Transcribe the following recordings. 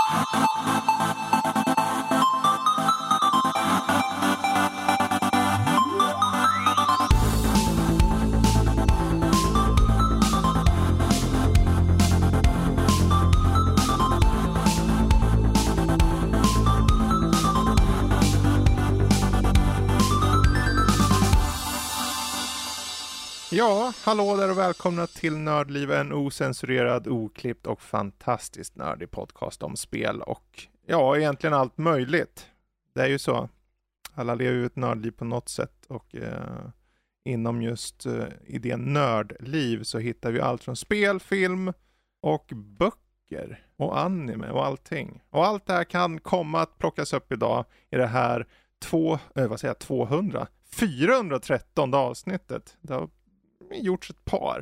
Ja, hallå där och välkomna till Nördliv, en osensurerad, oklippt och fantastiskt nördig podcast om spel och ja, egentligen allt möjligt. Det är ju så. Alla lever ju ett nördliv på något sätt och inom just idén nördliv så hittar vi allt från spel, film och böcker och anime och allting. Och allt det här kan komma att plockas upp idag i det här 413 avsnittet. Det har gjorts ett par.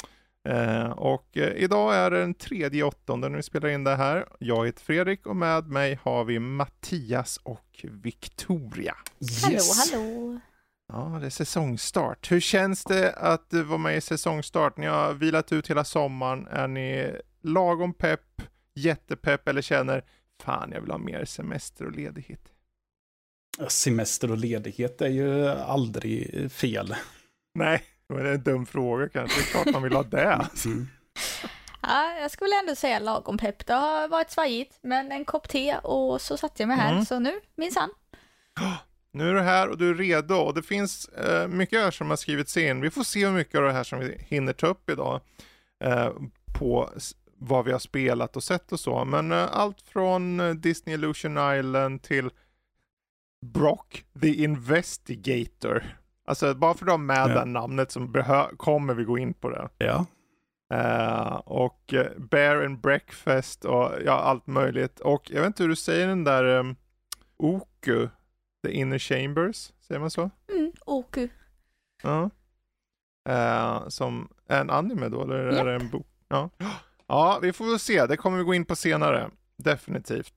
Idag är det den 3/8 när vi spelar in det här. Jag heter Fredrik och med mig har vi Mattias och Victoria. Yes. Hallå. Ja, det är säsongstart. Hur känns det att vara med i säsongstart? Ni har vilat ut hela sommaren. Är ni lagom pepp, jättepepp eller känner fan jag vill ha mer semester och ledighet? Semester och ledighet är ju aldrig fel. Nej. Det är en dum fråga kanske. Det är klart man vill ha det. Ja, jag skulle ändå säga lagom pepp. Det har varit svajigt, men en kopp te och så satte jag mig här. Så nu, minsann. Nu är du här och du är redo. Och det finns mycket här som har skrivits in. Vi får se hur mycket av det här som vi hinner ta upp idag. På vad vi har spelat och sett och så. Men allt från Disney Illusion Island till Brock the Investigator. Alltså bara för att ha med det namnet som kommer vi gå in på det. Ja. Och Bear and Breakfast och ja, allt möjligt. Och jag vet inte hur du säger den där Oku, The Inner Chambers, säger man så? Oku. Ja. Som en anime då, eller är det en bok? Ja. Ja, vi får väl se. Det kommer vi gå in på senare. Definitivt.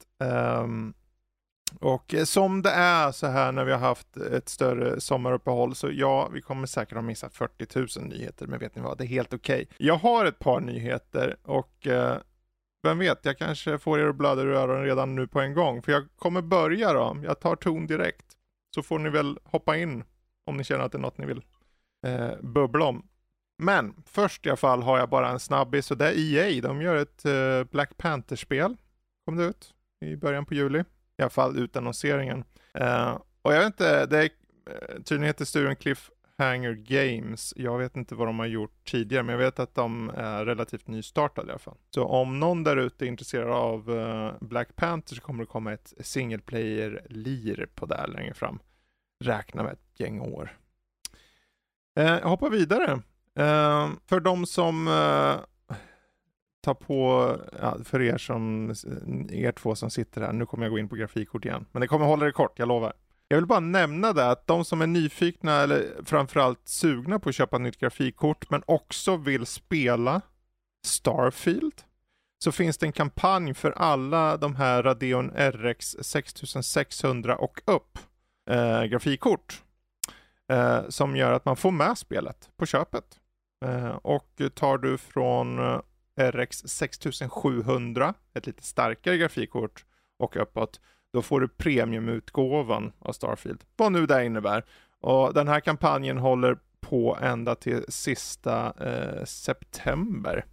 Och som det är så här när vi har haft ett större sommaruppehåll så ja, vi kommer säkert ha missat 40 000 nyheter, men vet ni vad, det är helt okej. Jag har ett par nyheter och vem vet, jag kanske får er att blöda ur öronen redan nu på en gång. För jag kommer börja då, jag tar ton direkt. Så får ni väl hoppa in om ni känner att det är något ni vill bubbla om. Men först i alla fall har jag bara en snabbis och det är EA. De gör ett Black Panther-spel. Kom det ut i början på juli. I alla fall utannonseringen. Och jag vet inte, det är tydligen heter studion Cliffhanger Games. Jag vet inte vad de har gjort tidigare, men jag vet att de är relativt nystartade i alla fall. Så om någon där ute är intresserad av Black Panther så kommer det komma ett single player-lir på där längre fram. Räkna med ett gäng år. Jag hoppar vidare. För de som ta på, ja, för er två som sitter här, nu kommer jag gå in på grafikkort igen. Men det kommer hålla det kort, jag lovar. Jag vill bara nämna det att de som är nyfikna eller framförallt sugna på att köpa ett nytt grafikkort men också vill spela Starfield så finns det en kampanj för alla de här Radeon RX 6600 och upp grafikkort som gör att man får med spelet på köpet. Och tar du från RX 6700, ett lite starkare grafikkort och uppåt, då får du premiumutgåvan av Starfield. Vad nu det innebär. Och den här kampanjen håller på ända till sista september.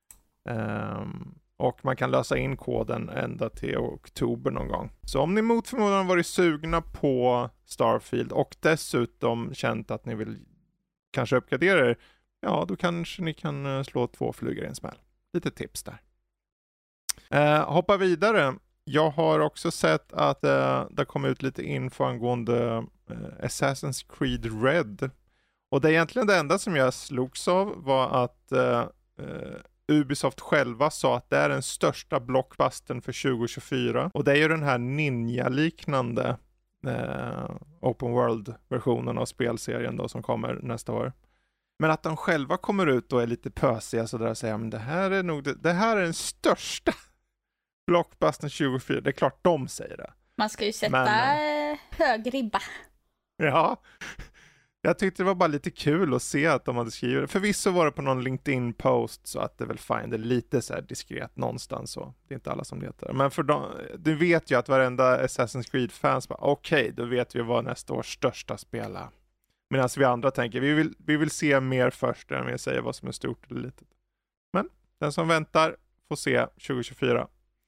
Och man kan lösa in koden ända till oktober någon gång. Så om ni mot förmodan varit sugna på Starfield och dessutom känt att ni vill kanske uppgradera er, ja, då kanske ni kan slå 2 flugor i en smäll. Lite tips där. Hoppa vidare. Jag har också sett att det kom ut lite info angående Assassin's Creed Red. Och det är egentligen det enda som jag slogs av var att Ubisoft själva sa att det är den största blockbustern för 2024. Och det är ju den här ninja-liknande open world-versionen av spelserien då som kommer nästa år. Men att de själva kommer ut och är lite pösiga så där och säger men det här är nog det här är den största blockbustern 2024. Det är klart de säger det. Man ska ju sätta hög ribba. Ja. Jag tyckte det var bara lite kul att se att de hade skrivit det. Förvisso var det på någon LinkedIn-post så att det är väl fine. Det är lite så här diskret någonstans så. Det är inte alla som letar. Men för dem, du vet ju att varenda Assassin's Creed-fans bara okej, då vet vi vad nästa års största spel är. Medan vi andra tänker, vi vill se mer först än vi säger vad som är stort eller litet. Men den som väntar får se 2024.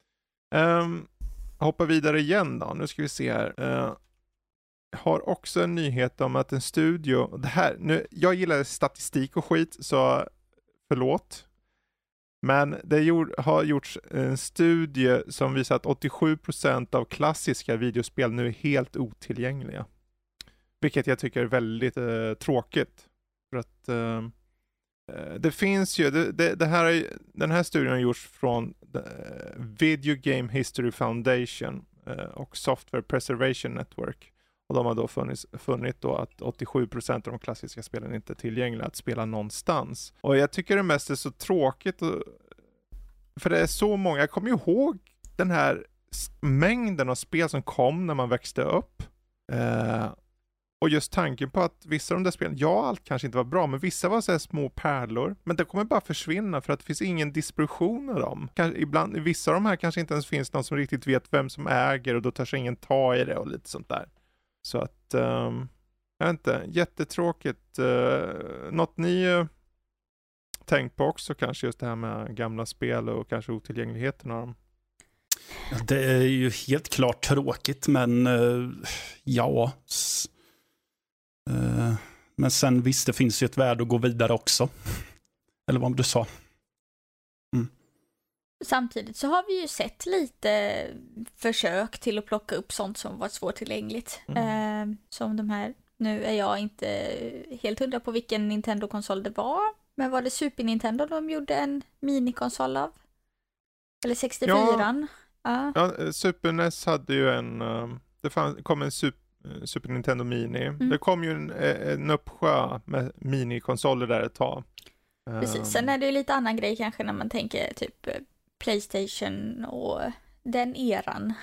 Hoppa vidare igen då. Nu ska vi se här. Har också en nyhet om att en studio, jag gillar statistik och skit så förlåt. Men det har gjorts en studie som visar att 87% av klassiska videospel nu är helt otillgängliga. Vilket jag tycker är väldigt tråkigt. För att det finns ju, den här studien har gjorts från Video Game History Foundation och Software Preservation Network. Och de har då funnit då att 87% av de klassiska spelen inte är tillgängliga att spela någonstans. Och jag tycker det mest är så tråkigt. För det är så många. Jag kommer ihåg den här mängden av spel som kom när man växte upp. Och just tanken på att vissa av de där spelen, allt kanske inte var bra, men vissa var så här små pärlor. Men det kommer bara försvinna för att det finns ingen distribution av dem. Ibland, vissa av de här kanske inte ens finns någon som riktigt vet vem som äger och då tar sig ingen ta i det och lite sånt där. Så att, jag vet inte, jättetråkigt. Något ni tänkt på också kanske just det här med gamla spel och kanske otillgängligheten av dem? Det är ju helt klart tråkigt, men men sen visst, det finns ju ett värde att gå vidare också. Eller vad du sa. Samtidigt så har vi ju sett lite försök till att plocka upp sånt som var svårtillgängligt. Som de här, nu är jag inte helt hundra på vilken Nintendo-konsol det var. Men var det Super Nintendo de gjorde en minikonsol av? Eller 64? Ja, Super NES hade ju kom en Super Nintendo Mini. Det kom ju en uppsjö med minikonsoler där ett tag. Precis, sen är det ju lite annan grej kanske när man tänker typ PlayStation och den eran.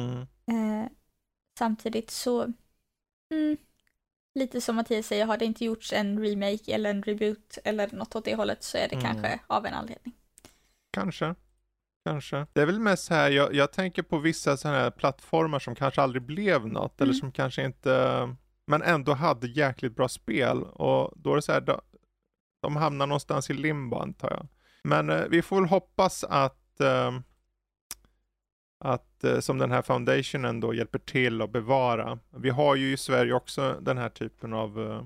Samtidigt så lite som Mattias säger, har det inte gjorts en remake eller en reboot eller något åt det hållet så är det kanske av en anledning. Kanske. Det är väl mest så här, jag tänker på vissa sådana här plattformar som kanske aldrig blev något eller som kanske inte, men ändå hade jäkligt bra spel och då är det så här, de hamnar någonstans i limbo antar jag. Men vi får väl hoppas att som den här foundationen då hjälper till att bevara. Vi har ju i Sverige också den här typen av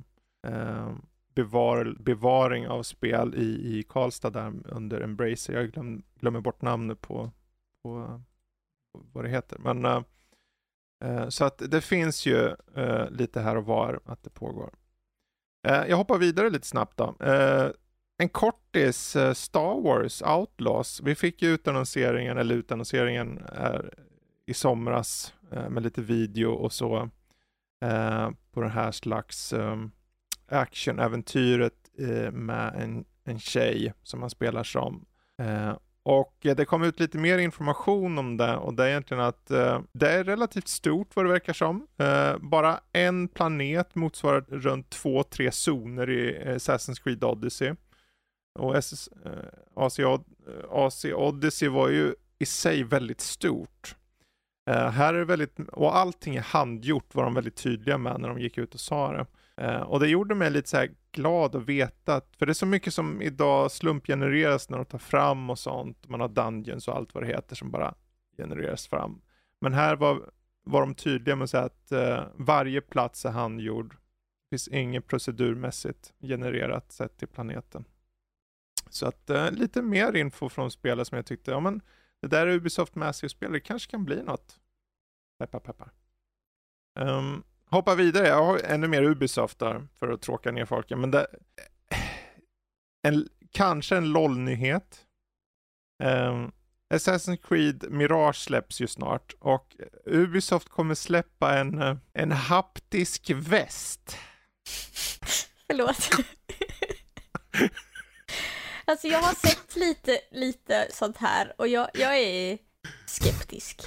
bevaring av spel i Karlstad där under Embracer. Jag glömmer bort namnet på vad det heter. Men så att det finns ju lite här och var att det pågår. Jag hoppar vidare lite snabbt då. En kortis, Star Wars Outlaws. Vi fick ju utannonseringen i somras med lite video och så på den här slags action-äventyret med en tjej som man spelar som. Och det kom ut lite mer information om det och det är egentligen att det är relativt stort vad det verkar som. Bara en planet motsvarar runt 2-3 zoner i Assassin's Creed Odyssey. Och AC Odyssey var ju i sig väldigt stort. Här är det och allting är handgjort var de väldigt tydliga med när de gick ut och sa det. Och det gjorde mig lite så här glad att veta att, för det är så mycket som idag slumpgenereras när de tar fram och sånt. Man har dungeons och allt vad det heter som bara genereras fram. Men här var de tydliga med att säga att varje plats är handgjord. Det finns inget procedurmässigt genererat sett till planeten. Så att lite mer info från spelet som jag tyckte, ja men det där är Ubisoft Massive-spel, det kanske kan bli något. Peppar. Hoppa vidare, jag har ännu mer Ubisoft där för att tråka ner folken. Men det kanske en LOL-nyhet. Assassin's Creed Mirage släpps ju snart. Och Ubisoft kommer släppa en haptisk väst. Förlåt. Alltså jag har sett lite sånt här och jag är skeptisk.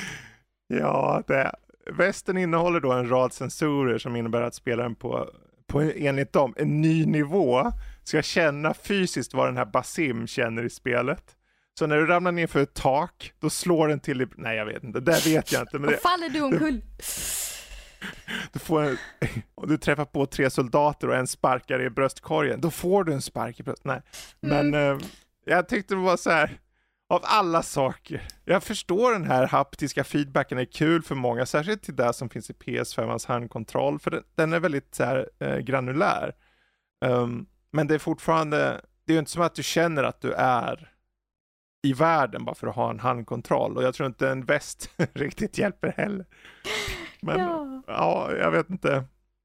Ja, västen innehåller då en rad sensorer som innebär att spelaren på på enligt dem en ny nivå ska känna fysiskt vad den här Basim känner i spelet. Så när du ramlar ner för ett tak, då slår den till i... Nej, jag vet inte. Det vet jag inte. Men och faller du omkull? Du träffar på 3 soldater och en sparkar i bröstkorgen. Då får du en spark i bröst. Nej. Men jag tyckte det var så här... Av alla saker. Jag förstår den här haptiska feedbacken är kul för många. Särskilt till det som finns i PS5-ans handkontroll. För den är väldigt så här, granulär. Men det är fortfarande... Det är ju inte som att du känner att du är i världen bara för att ha en handkontroll. Och jag tror inte en väst riktigt hjälper heller. Men ja jag vet inte.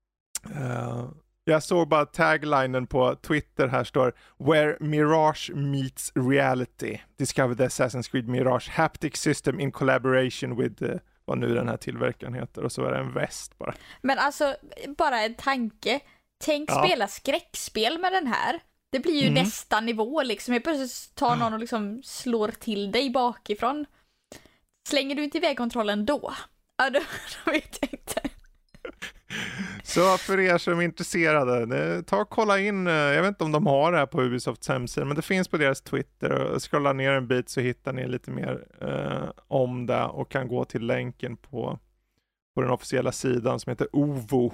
Jag såg bara taglinen på Twitter. Här står Where Mirage meets reality. Discover the Assassin's Creed Mirage haptic system in collaboration with vad nu den här tillverkaren heter. Och så är det en väst bara. Men alltså, bara en tanke. Tänk spela skräckspel med den här. Det blir ju nästa nivå liksom. Jag plötsligt tar någon och liksom slår till dig bakifrån. Slänger du inte iväg kontrollen då? Ja, då vet jag inte. Så för er som är intresserade, ta och kolla in, jag vet inte om de har det här på Ubisofts hemsida, men det finns på deras Twitter, och scrolla ner en bit så hittar ni lite mer om det och kan gå till länken på den officiella sidan som heter OVO.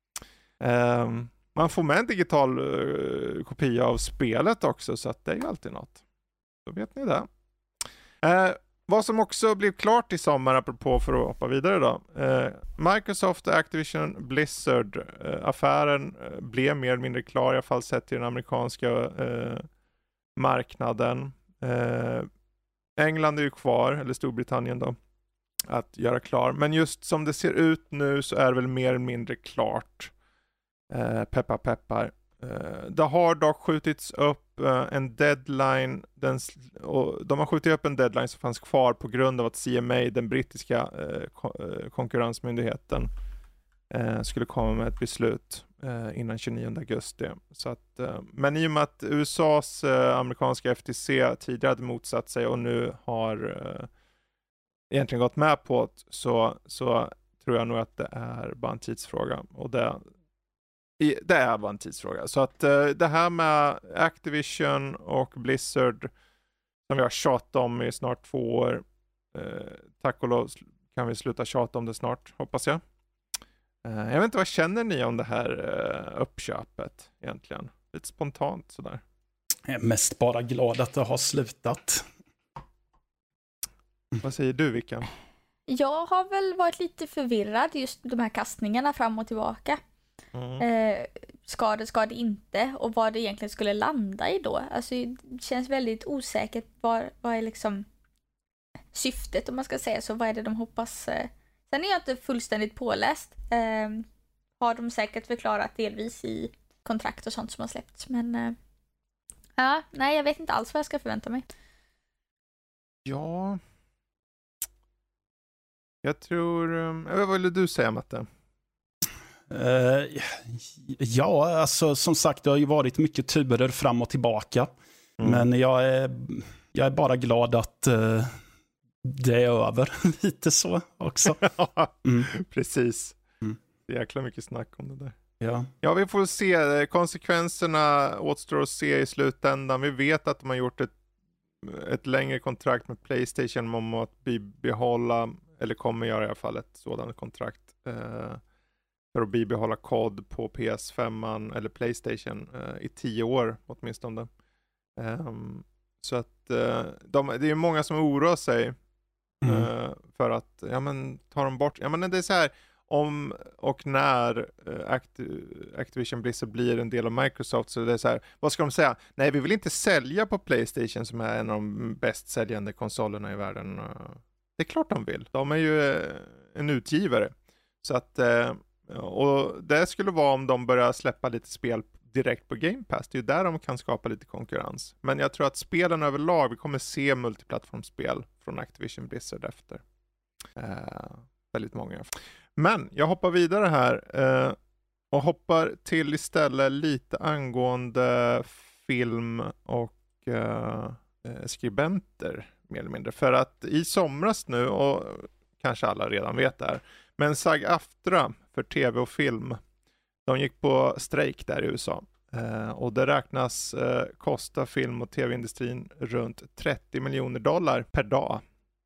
Man får med en digital kopia av spelet också, så att det är ju alltid något. Då vet ni det. Vad som också blev klart i sommar, apropå för att hoppa vidare då. Microsoft och Activision Blizzard affären blev mer eller mindre klar, i alla fall sett till den amerikanska marknaden. England är ju kvar, eller Storbritannien då, att göra klar. Men just som det ser ut nu så är det väl mer eller mindre klart. Peppar peppar. Det har dock skjutits upp en deadline, och de har skjutit upp en deadline som fanns kvar på grund av att CMA, den brittiska konkurrensmyndigheten, skulle komma med ett beslut innan 29 augusti. Så att, men i och med att USAs amerikanska FTC tidigare hade motsatt sig och nu har egentligen gått med på det, så tror jag nog att det är bara en tidsfråga, och det är bara en tidsfråga. Så att det här med Activision och Blizzard som vi har tjatat om i snart 2 år, tack och lov kan vi sluta tjata om det snart, hoppas jag. Jag vet inte, vad känner ni om det här uppköpet egentligen? Lite spontant sådär. Jag är mest bara glad att det har slutat. Vad säger du, Vickan? Jag har väl varit lite förvirrad just de här kastningarna fram och tillbaka. Ska det inte, och vad det egentligen skulle landa i då. Alltså det känns väldigt osäkert vad är liksom syftet, om man ska säga så. Vad är det de hoppas? Sen är jag inte fullständigt påläst. Har de säkert förklarat delvis i kontrakt och sånt som har släppts, men nej, jag vet inte alls vad jag ska förvänta mig. Ja, jag tror... vad ville du säga, Matte? Ja, alltså som sagt, det har ju varit mycket turer fram och tillbaka. Men jag är bara glad att det är över lite så också. Precis. Det är jäkla mycket snack om det där. Ja, vi får se. Konsekvenserna återstår att se i slutändan. Vi vet att de har gjort ett längre kontrakt med PlayStation om att bibehålla, eller kommer göra i alla fall ett sådant kontrakt för att bibehålla kod på PS5 eller PlayStation i 10 år åtminstone. Så att det är många som oroar sig för att tar de bort, det är så här, om och när Activision Blizzard blir en del av Microsoft, så det är så här, vad ska de säga? Nej, vi vill inte sälja på PlayStation som är en av de bäst säljande konsolerna i världen. Det är klart de vill. De är ju en utgivare. Så att och det skulle vara om de börjar släppa lite spel direkt på Game Pass. Det är ju där de kan skapa lite konkurrens. Men jag tror att spelen överlag, vi kommer se multiplattformsspel från Activision Blizzard efter. Väldigt många. Men jag hoppar vidare här och hoppar till istället lite angående film och skribenter mer eller mindre. För att i somras nu, och kanske alla redan vet det här, men SAG-AFTRA för tv och film, De gick på strejk där i USA. Och det räknas kosta film- och tv-industrin runt $30 miljoner per dag.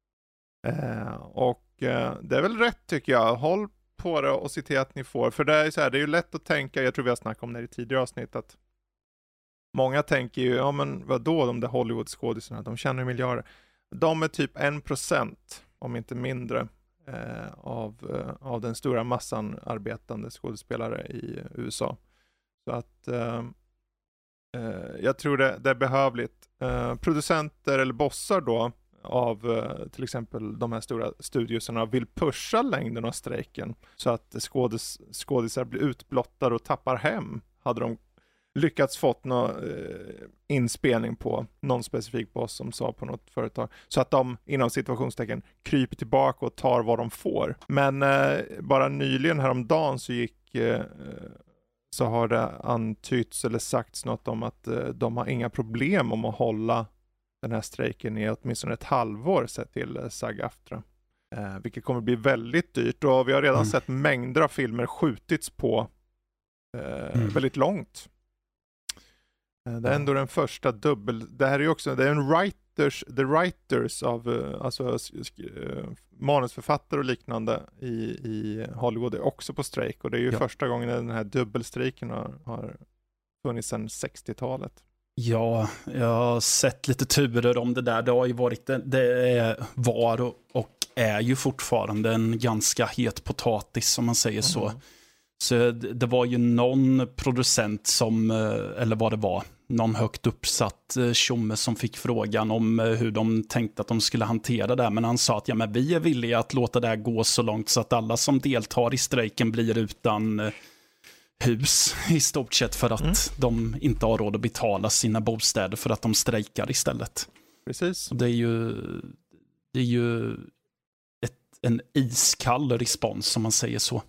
Och det är väl rätt tycker jag. Håll på det och se till att ni får. För det är så här, det är ju lätt att tänka, jag tror vi har snackat om det i tidigare avsnitt, att många tänker ju, ja men vadå de där Hollywood-skådisarna, de tjänar miljarder. De är typ 1%, om inte mindre, av den stora massan arbetande skådespelare i USA. Så att jag tror det är behövligt. Producenter eller bossar då av till exempel de här stora studiosarna vill pusha längden av strejken så att skådisar blir utblottade och tappar hem. Hade de lyckats fått någon inspelning på någon specifik boss som sa på något företag. Så att de inom situationstecken kryper tillbaka och tar vad de får. Men bara nyligen häromdagen så har det antytts eller sagts något om att de har inga problem om att hålla den här strejken i åtminstone ett halvår sett till SAG-AFTRA. Vilket kommer bli väldigt dyrt och vi har redan sett mängder av filmer skjutits på väldigt långt. Det är ändå den första det här är ju också, det är en the writers av alltså manusförfattare och liknande i Hollywood är också på strejk och det är ju första gången den här dubbelstrejken har funnits sedan 60-talet. Ja, jag har sett lite turer om det där. Det har ju varit, var och är ju fortfarande en ganska het potatis som man säger så. Så det var ju någon producent som, eller vad det var, någon högt uppsatt tjomme som fick frågan om hur de tänkte att de skulle hantera det. Men han sa att men vi är villiga att låta det här gå så långt så att alla som deltar i strejken blir utan hus i stort sett för att de inte har råd att betala sina bostäder för att de strejkar istället. Precis. Och det är ju en iskall respons som man säger så.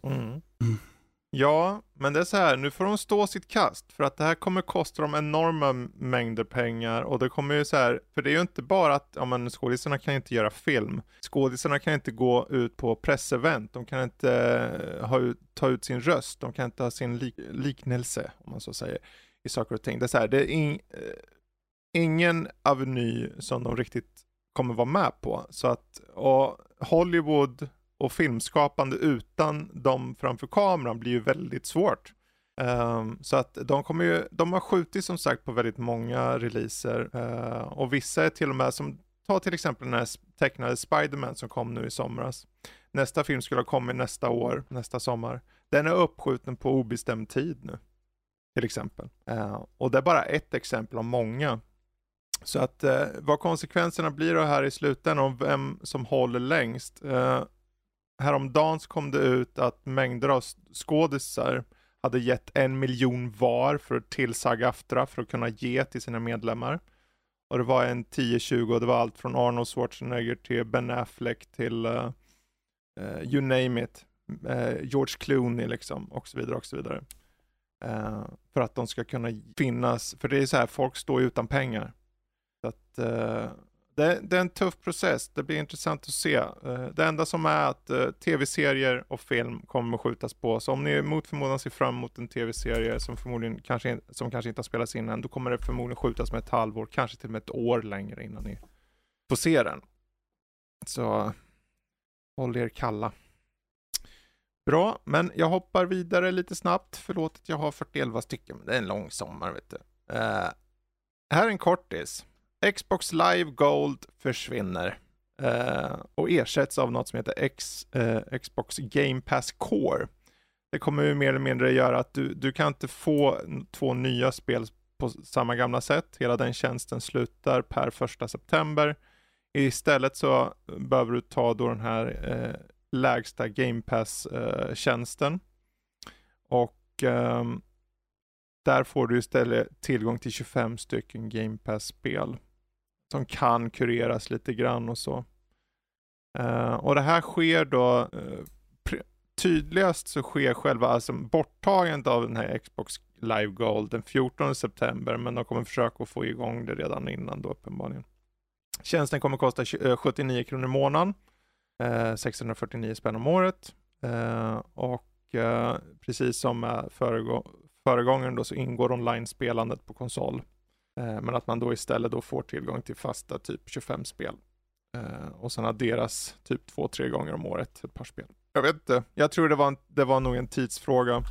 Ja, men det är så här, nu får de stå sitt kast för att det här kommer kosta dem enorma mängder pengar och det kommer ju så här, för det är ju inte bara att skådisarna kan inte göra film. Skådisarna kan inte gå ut på pressevent, de kan inte ta ut sin röst, de kan inte ha sin liknelse om man så säger i saker och ting. Det är så här, det är ingen aveny som de riktigt kommer vara med på. Så att och Hollywood och filmskapande utan dem framför kameran blir ju väldigt svårt. Så att de har skjutit som sagt på väldigt många releaser. Och vissa är till och med som, ta till exempel den här tecknade Spider-Man som kom nu i somras. Nästa film skulle ha kommit nästa sommar. Den är uppskjuten på obestämd tid nu. Till exempel. Och det är bara ett exempel av många. Så att vad konsekvenserna blir då här i slutändan om vem som håller längst. Häromdagen kom det ut att mängder av skådisar hade gett 1 miljon var till SAG-AFTRA för att kunna ge till sina medlemmar. Och det var en 10-20 och det var allt från Arnold Schwarzenegger till Ben Affleck till you name it. George Clooney liksom och så vidare och så vidare. För att de ska kunna finnas, för det är så här, folk står utan pengar. Så att det är en tuff process. Det blir intressant att se. Det enda som är att tv-serier och film kommer att skjutas på. Så om ni mot förmodan ser fram emot en tv-serie som kanske inte har spelats in än, då kommer det förmodligen skjutas med ett halvår, kanske till och med ett år längre innan ni får se den. Så håll er kalla. Bra, men jag hoppar vidare lite snabbt. Förlåt att jag har 41 stycken, men det är en lång sommar, vet du. Här är en kortis. Xbox Live Gold försvinner och ersätts av något som heter Xbox Game Pass Core. Det kommer ju mer eller mindre göra att du kan inte få 2 nya spel på samma gamla sätt. Hela den tjänsten slutar per 1 september. Istället så behöver du ta då den här lägsta Game Pass-tjänsten. Och där får du istället tillgång till 25 stycken Game Pass-spel som kan kureras lite grann och så. Och det här sker då tydligast så sker själva borttagandet av den här Xbox Live Gold den 14 september, men de kommer försöka att få igång det redan innan då uppenbarligen. Tjänsten kommer kosta 79 kronor i månaden, 649 spänn om året. Och precis som med föregångaren då så ingår online-spelandet på konsol. Men att man då istället då får tillgång till fasta typ 25 spel. Och sen adderas typ 2-3 gånger om året ett par spel. Jag vet inte, jag tror det var nog en tidsfråga.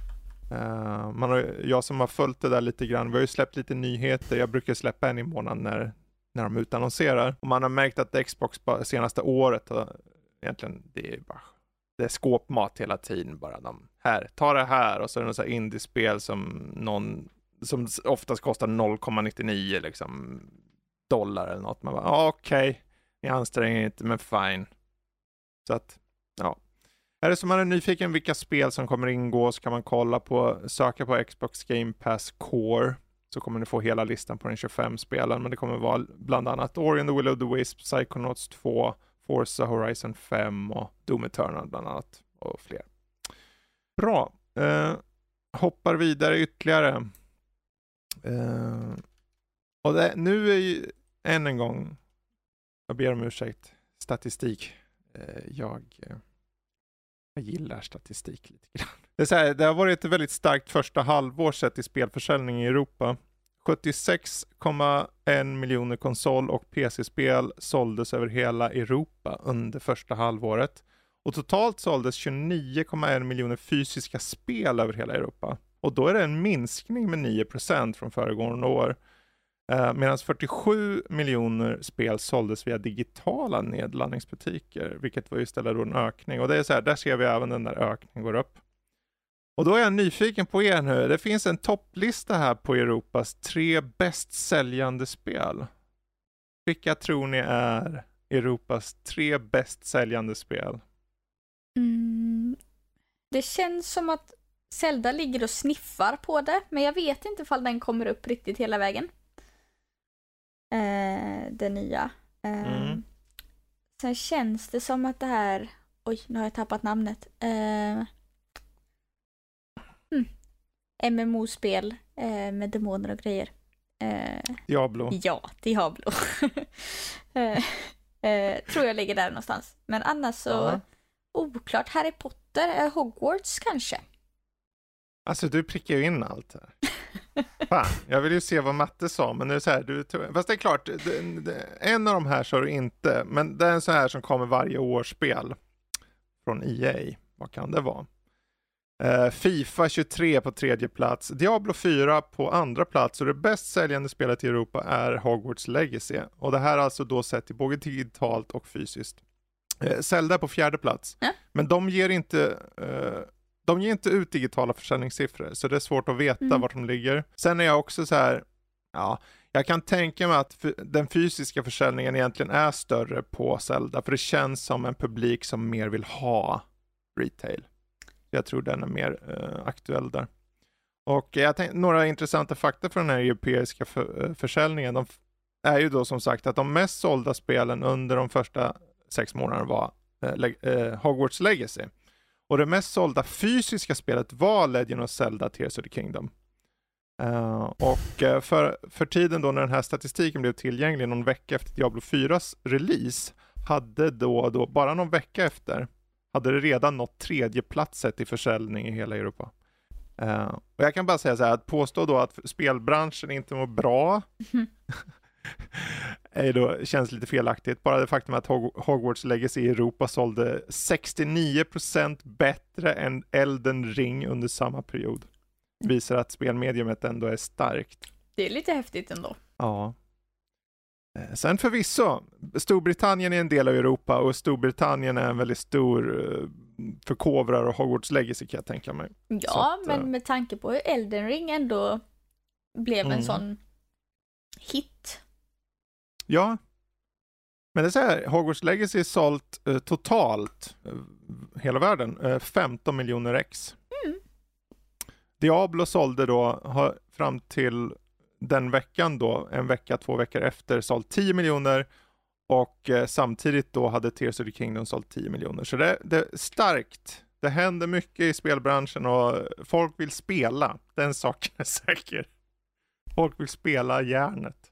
Jag som har följt det där lite grann, vi har ju släppt lite nyheter. Jag brukar släppa en i månaden när de utannonserar. Och man har märkt att Xbox senaste året egentligen det är skåpmat hela tiden bara. Ta det här och så är det något så här indiespel som oftast kostar 0,99 liksom dollar eller något. Man bara okej, ni anstränger er inte men fine. Så att ja. Är det som man är nyfiken vilka spel som kommer ingå så kan man söka på Xbox Game Pass Core så kommer ni få hela listan på den 25 spelen, men det kommer vara bland annat Ori and the Will of the Wisp, Psychonauts 2, Forza Horizon 5 och Doom Eternal bland annat och fler. Bra. Hoppar vidare ytterligare. Och nu är ju än en gång, jag ber om ursäkt, statistik. Jag gillar statistik lite grann. Det har varit ett väldigt starkt första halvår sett i spelförsäljning i Europa. 76,1 miljoner konsol- och PC-spel såldes över hela Europa under första halvåret. Och totalt såldes 29,1 miljoner fysiska spel över hela Europa. Och då är det en minskning med 9% från föregående år. Medan 47 miljoner spel såldes via digitala nedladdningsbutiker, vilket var istället då en ökning. Och det är så här, där ser vi även den där ökningen går upp. Och då är jag nyfiken på er nu. Det finns en topplista här på Europas 3 bäst säljande spel. Vilka tror ni är Europas 3 bäst säljande spel? Det känns som att Zelda ligger och sniffar på det, men jag vet inte ifall den kommer upp riktigt hela vägen. Det nya. Sen känns det som att det här... Oj, nu har jag tappat namnet. MMO-spel med demoner och grejer. Diablo. Ja, Diablo. Tror jag ligger där någonstans. Men annars så... Oklart. Harry Potter, Hogwarts kanske. Alltså du prickar ju in allt här. Fan, jag vill ju se vad Matte sa, men nu är det så här, fast det är klart, en av de här så är det inte, men det är en så här som kommer varje årsspel från EA. Vad kan det vara? FIFA 23 på 3:e plats, Diablo 4 på 2:a plats och det bäst säljande spelet i Europa är Hogwarts Legacy. Och det här är alltså då sett i både digitalt och fysiskt. Zelda på 4:e plats. Men de ger inte ut digitala försäljningssiffror, så det är svårt att veta vart de ligger. Sen är jag också så här, jag kan tänka mig att den fysiska försäljningen egentligen är större på Zelda, för det känns som en publik som mer vill ha retail. Jag tror den är mer aktuell där. Och jag tänkte, några intressanta fakta från den här europeiska försäljningen, de är ju då som sagt att de mest sålda spelen under de första 6 månaderna var Hogwarts Legacy. Och det mest sålda fysiska spelet var Legend of Zelda Tears of the Kingdom. Och för tiden då när den här statistiken blev tillgänglig någon vecka efter Diablo 4s release hade då bara någon vecka efter hade det redan nått 3:e platset i försäljning i hela Europa. Och jag kan bara säga så här, att påstå då att spelbranschen inte mår bra känns lite felaktigt. Bara det faktum att Hogwarts Legacy i Europa sålde 69% bättre än Elden Ring under samma period. Visar att spelmediumet ändå är starkt. Det är lite häftigt ändå. Ja. Sen förvisso, Storbritannien är en del av Europa och Storbritannien är en väldigt stor förkovrare av Hogwarts Legacy kan jag tänka mig. Ja, men med tanke på hur Elden Ring ändå blev en sån hit. Ja, men det är så här, Hogwarts Legacy är sålt totalt hela världen 15 miljoner ex. Diablo sålde då fram till den veckan då, en vecka, 2 veckor efter, sålt 10 miljoner och samtidigt då hade Tears of the Kingdom sålt 10 miljoner. Så det är starkt. Det händer mycket i spelbranschen och folk vill spela. Den saken är säker. Folk vill spela järnet.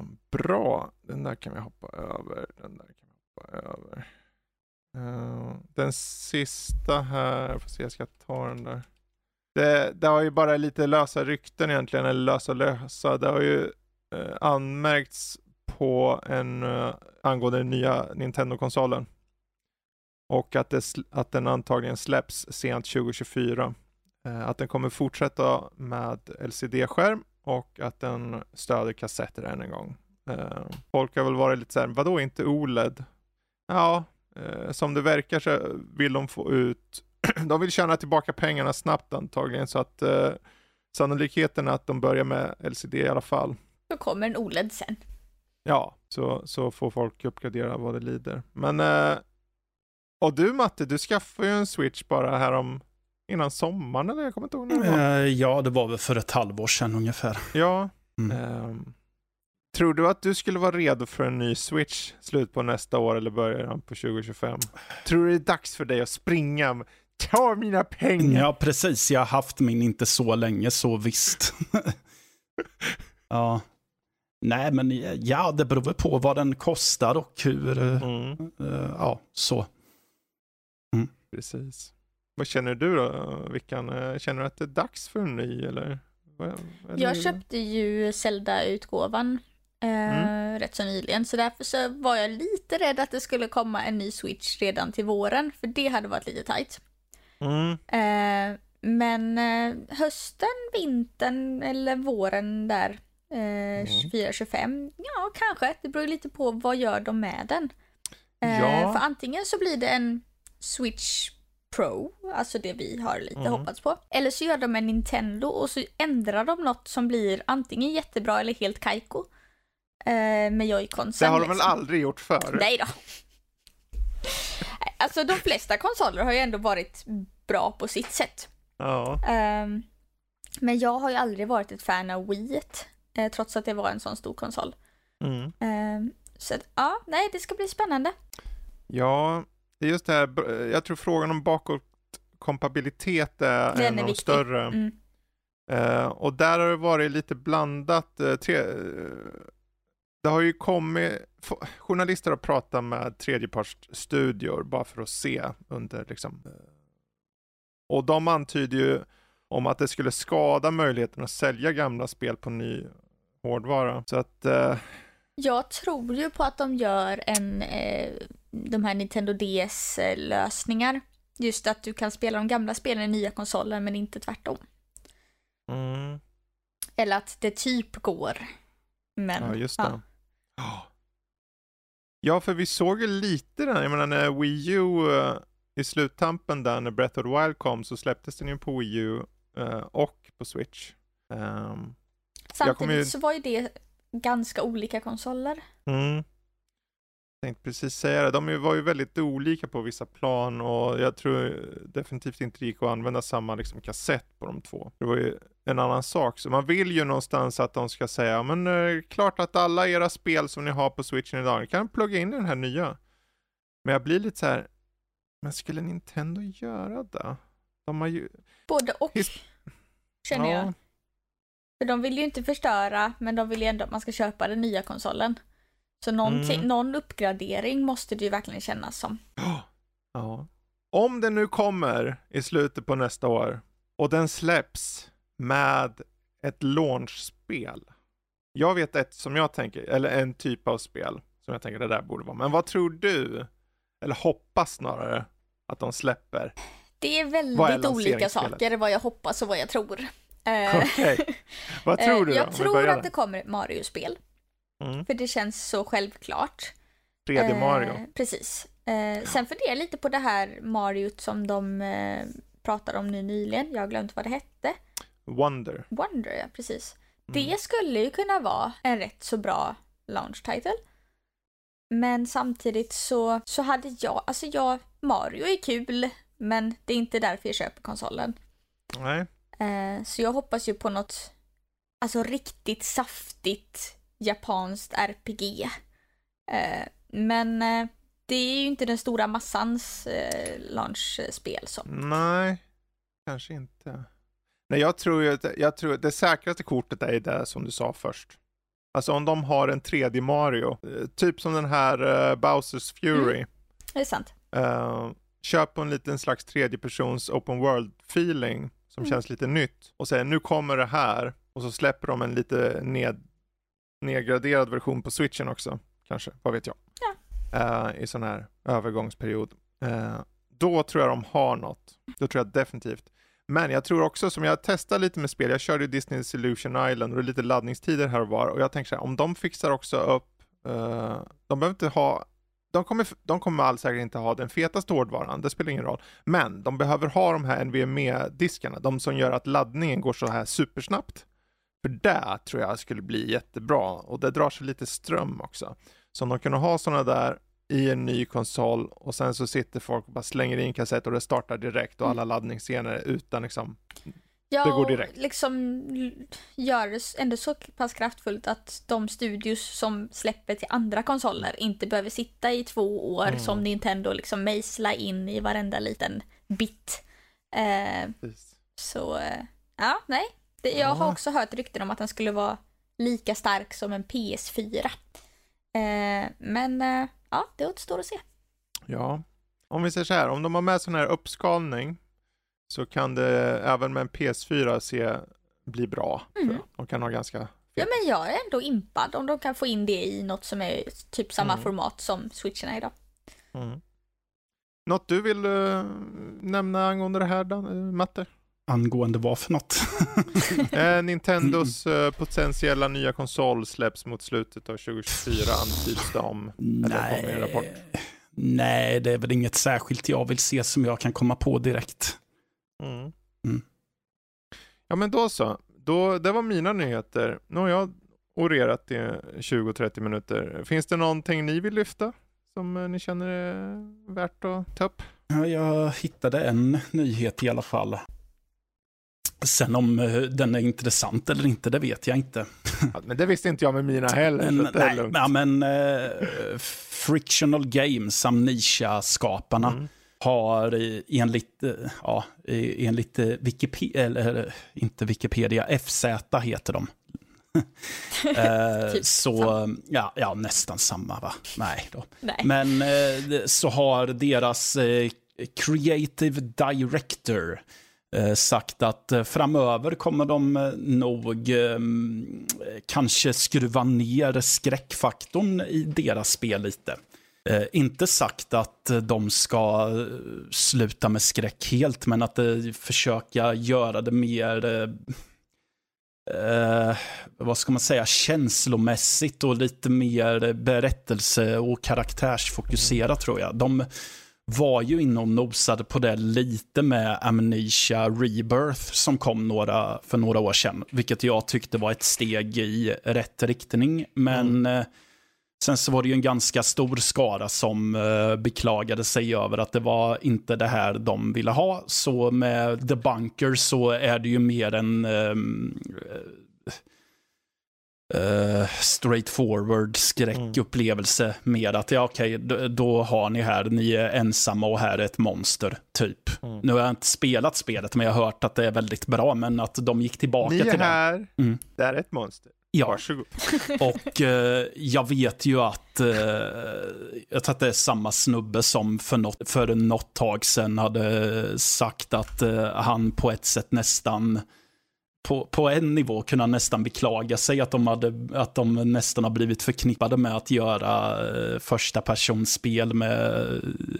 Bra. Den där kan vi hoppa över. Den sista här, får se, jag ska ta den där. Det har ju bara lite lösa rykten egentligen, eller lösa. Det har ju anmärkts på angående den nya Nintendo-konsolen. Och att den antagligen släpps sent 2024. Att den kommer fortsätta med LCD-skärm och att den stöder kassetter än en gång. Folk har väl varit lite så här, vadå inte OLED? Ja, som det verkar så vill de få ut, de vill tjäna tillbaka pengarna snabbt antagligen, så att sannolikheten är att de börjar med LCD i alla fall. Då kommer en OLED sen. Ja, så får folk uppgradera vad det lider. Men, och du Matte, du skaffade ju en Switch bara här innan sommaren, eller jag kommer inte ihåg när det var. Ja, det var väl för ett halvår sedan ungefär. Ja. Tror du att du skulle vara redo för en ny Switch slut på nästa år eller början på 2025? Tror du det är dags för dig att springa? Ta mina pengar! Ja, precis. Jag har haft min inte så länge, så visst. Ja. Nej, men ja, det beror på vad den kostar och hur. Ja, så. Precis. Vad känner du då, Vickan? Känner du att det är dags för en ny eller? Jag köpte ju Zelda-utgåvan rätt så nyligen, så därför så var jag lite rädd att det skulle komma en ny Switch redan till våren, för det hade varit lite tajt. Men hösten, vintern eller våren där 24-25, ja kanske, det beror lite på vad gör de med den. För antingen så blir det en Switch Pro, alltså det vi har lite hoppats på. Eller så gör de en Nintendo och så ändrar de något som blir antingen jättebra eller helt kajko. Med Joy-Consen. Det har de väl aldrig gjort förr? Nej då. Alltså de flesta konsoler har ju ändå varit bra på sitt sätt. Ja. Men jag har ju aldrig varit ett fan av Wii, trots att det var en sån stor konsol. Så att, ja, nej, det ska bli spännande. Ja, det är just det här, jag tror frågan om bakåtkompatibilitet är en av de större. Och där har det varit lite blandat. Det har ju kommit, journalister har pratat med tredjepartsstudior bara för att se under liksom. Och de antyder ju om att det skulle skada möjligheten att sälja gamla spel på ny hårdvara. Så att jag tror ju på att de gör de här Nintendo DS-lösningar. Just att du kan spela de gamla spelen i nya konsoler men inte tvärtom. Eller att det typ går. Men, ja, just det. Ja, för vi såg ju lite där. Jag menar när Wii U i sluttampen där när Breath of the Wild kom så släpptes den ju på Wii U och på Switch. Samtidigt så var ju det ganska olika konsoler. Jag tänkte precis säga det. De var ju väldigt olika på vissa plan och jag tror definitivt inte det gick att använda samma liksom kassett på de två. Det var ju en annan sak. Så man vill ju någonstans att de ska säga men klart att alla era spel som ni har på Switchen idag, ni kan plugga in den här nya. Men jag blir lite så här, men skulle Nintendo göra det? De har ju... Både och, känner jag. För de vill ju inte förstöra, men de vill ju ändå att man ska köpa den nya konsolen. Så någon uppgradering måste det ju verkligen kännas som. Ja. Om den nu kommer i slutet på nästa år och den släpps med ett launchspel. Jag vet ett som jag tänker, eller en typ av spel som jag tänker det där borde vara. Men vad tror du, eller hoppas snarare, att de släpper? Det är väldigt olika saker vad jag hoppas och vad jag tror. Okej. Vad tror du då? Jag tror att det kommer ett Mario-spel. För det känns så självklart. 3D Mario. Precis. Sen funderar jag lite på det här Mario som de pratade om nu nyligen. Jag har glömt vad det hette. Wonder, ja, precis. Det skulle ju kunna vara en rätt så bra launch title. Men samtidigt så hade Mario är kul, men det är inte därför jag köper konsolen. Nej. Så jag hoppas ju på något riktigt saftigt japanskt RPG. Men det är ju inte den stora massans launchspel så. Nej, kanske inte. Nej, jag tror det säkraste kortet är det som du sa först. Alltså om de har en 3D Mario, typ som den här Bowser's Fury. Det är sant. köp på en liten slags tredjepersons open world feeling som känns lite nytt och säger nu kommer det här och så släpper de en lite nedgraderad version på Switchen också, kanske, vad vet jag. I sån här övergångsperiod. Då tror jag de har något. Då tror jag definitivt. Men jag tror också, som jag testar lite med spel, jag körde ju Disney's Illusion Island och det är lite laddningstider här och var, och jag tänker så här, om de fixar också upp, de behöver inte ha, de kommer all säkert inte ha den fetaste hårdvaran, det spelar ingen roll, men de behöver ha de här NVMe-diskarna, de som gör att laddningen går så här supersnabbt, för det tror jag skulle bli jättebra, och det drar sig lite ström också, så om de kunde ha sådana där i en ny konsol och sen så sitter folk och bara slänger in kassett och det startar direkt och alla laddningsscener utan liksom, det går direkt. Ja, liksom gör det ändå så pass kraftfullt att de studios som släpper till andra konsoler inte behöver sitta i 2 år som Nintendo liksom mejsla in i varenda liten bit. Ja, nej. Jag har också hört rykten om att den skulle vara lika stark som en PS4. Men ja, det återstår att se. Ja, om vi säger så här, om de har med sån här uppskalning så kan det även med en PS4 bli bra. De kan ha ganska fet. Ja, men jag är ändå impad om de kan få in det i något som är typ samma format som Switchen är idag. Något du vill nämna angående det här, Matte? Angående vad för något? Nintendos potentiella nya konsol släpps mot slutet av 2024, antyds det om. Nej, det är väl inget särskilt jag vill se som jag kan komma på direkt. Ja, men då så. Det var mina nyheter. Nu har jag orerat i 20-30 minuter. Finns det någonting ni vill lyfta som ni känner är värt att ta upp? Ja, jag hittade en nyhet i alla fall. Sen om den är intressant eller inte, det vet jag inte. Ja, men det visste inte jag med mina heller. Men Frictional Games, Amnesia-skaparna, har enligt Wikipedia, eller inte Wikipedia, FZ heter de. Typ så ja, nästan samma, va? Nej då. Nej. Men så har deras creative director sagt att framöver kommer de nog kanske skruva ner skräckfaktorn i deras spel lite. Inte sagt att de ska sluta med skräck helt, men att försöka göra det mer vad ska man säga, känslomässigt och lite mer berättelse- och karaktärsfokuserat, tror jag. De var ju inne och nosade på det lite med Amnesia Rebirth som kom för några år sedan, vilket jag tyckte var ett steg i rätt riktning, men sen så var det ju en ganska stor skara som beklagade sig över att det var inte det här de ville ha. Så med The Bunker så är det ju mer en straightforward skräckupplevelse med att då har ni här, ni är ensamma och här är ett monster typ. Nu har jag inte spelat spelet, men jag har hört att det är väldigt bra, men att de gick tillbaka till det. Ni är här, det är ett monster. Ja, varsågod. Och jag vet ju att jag tror att det är samma snubbe som för något tag sedan hade sagt att han på ett sätt nästan på en nivå kunde han nästan beklaga sig att de nästan har blivit förknippade med att göra första personspel med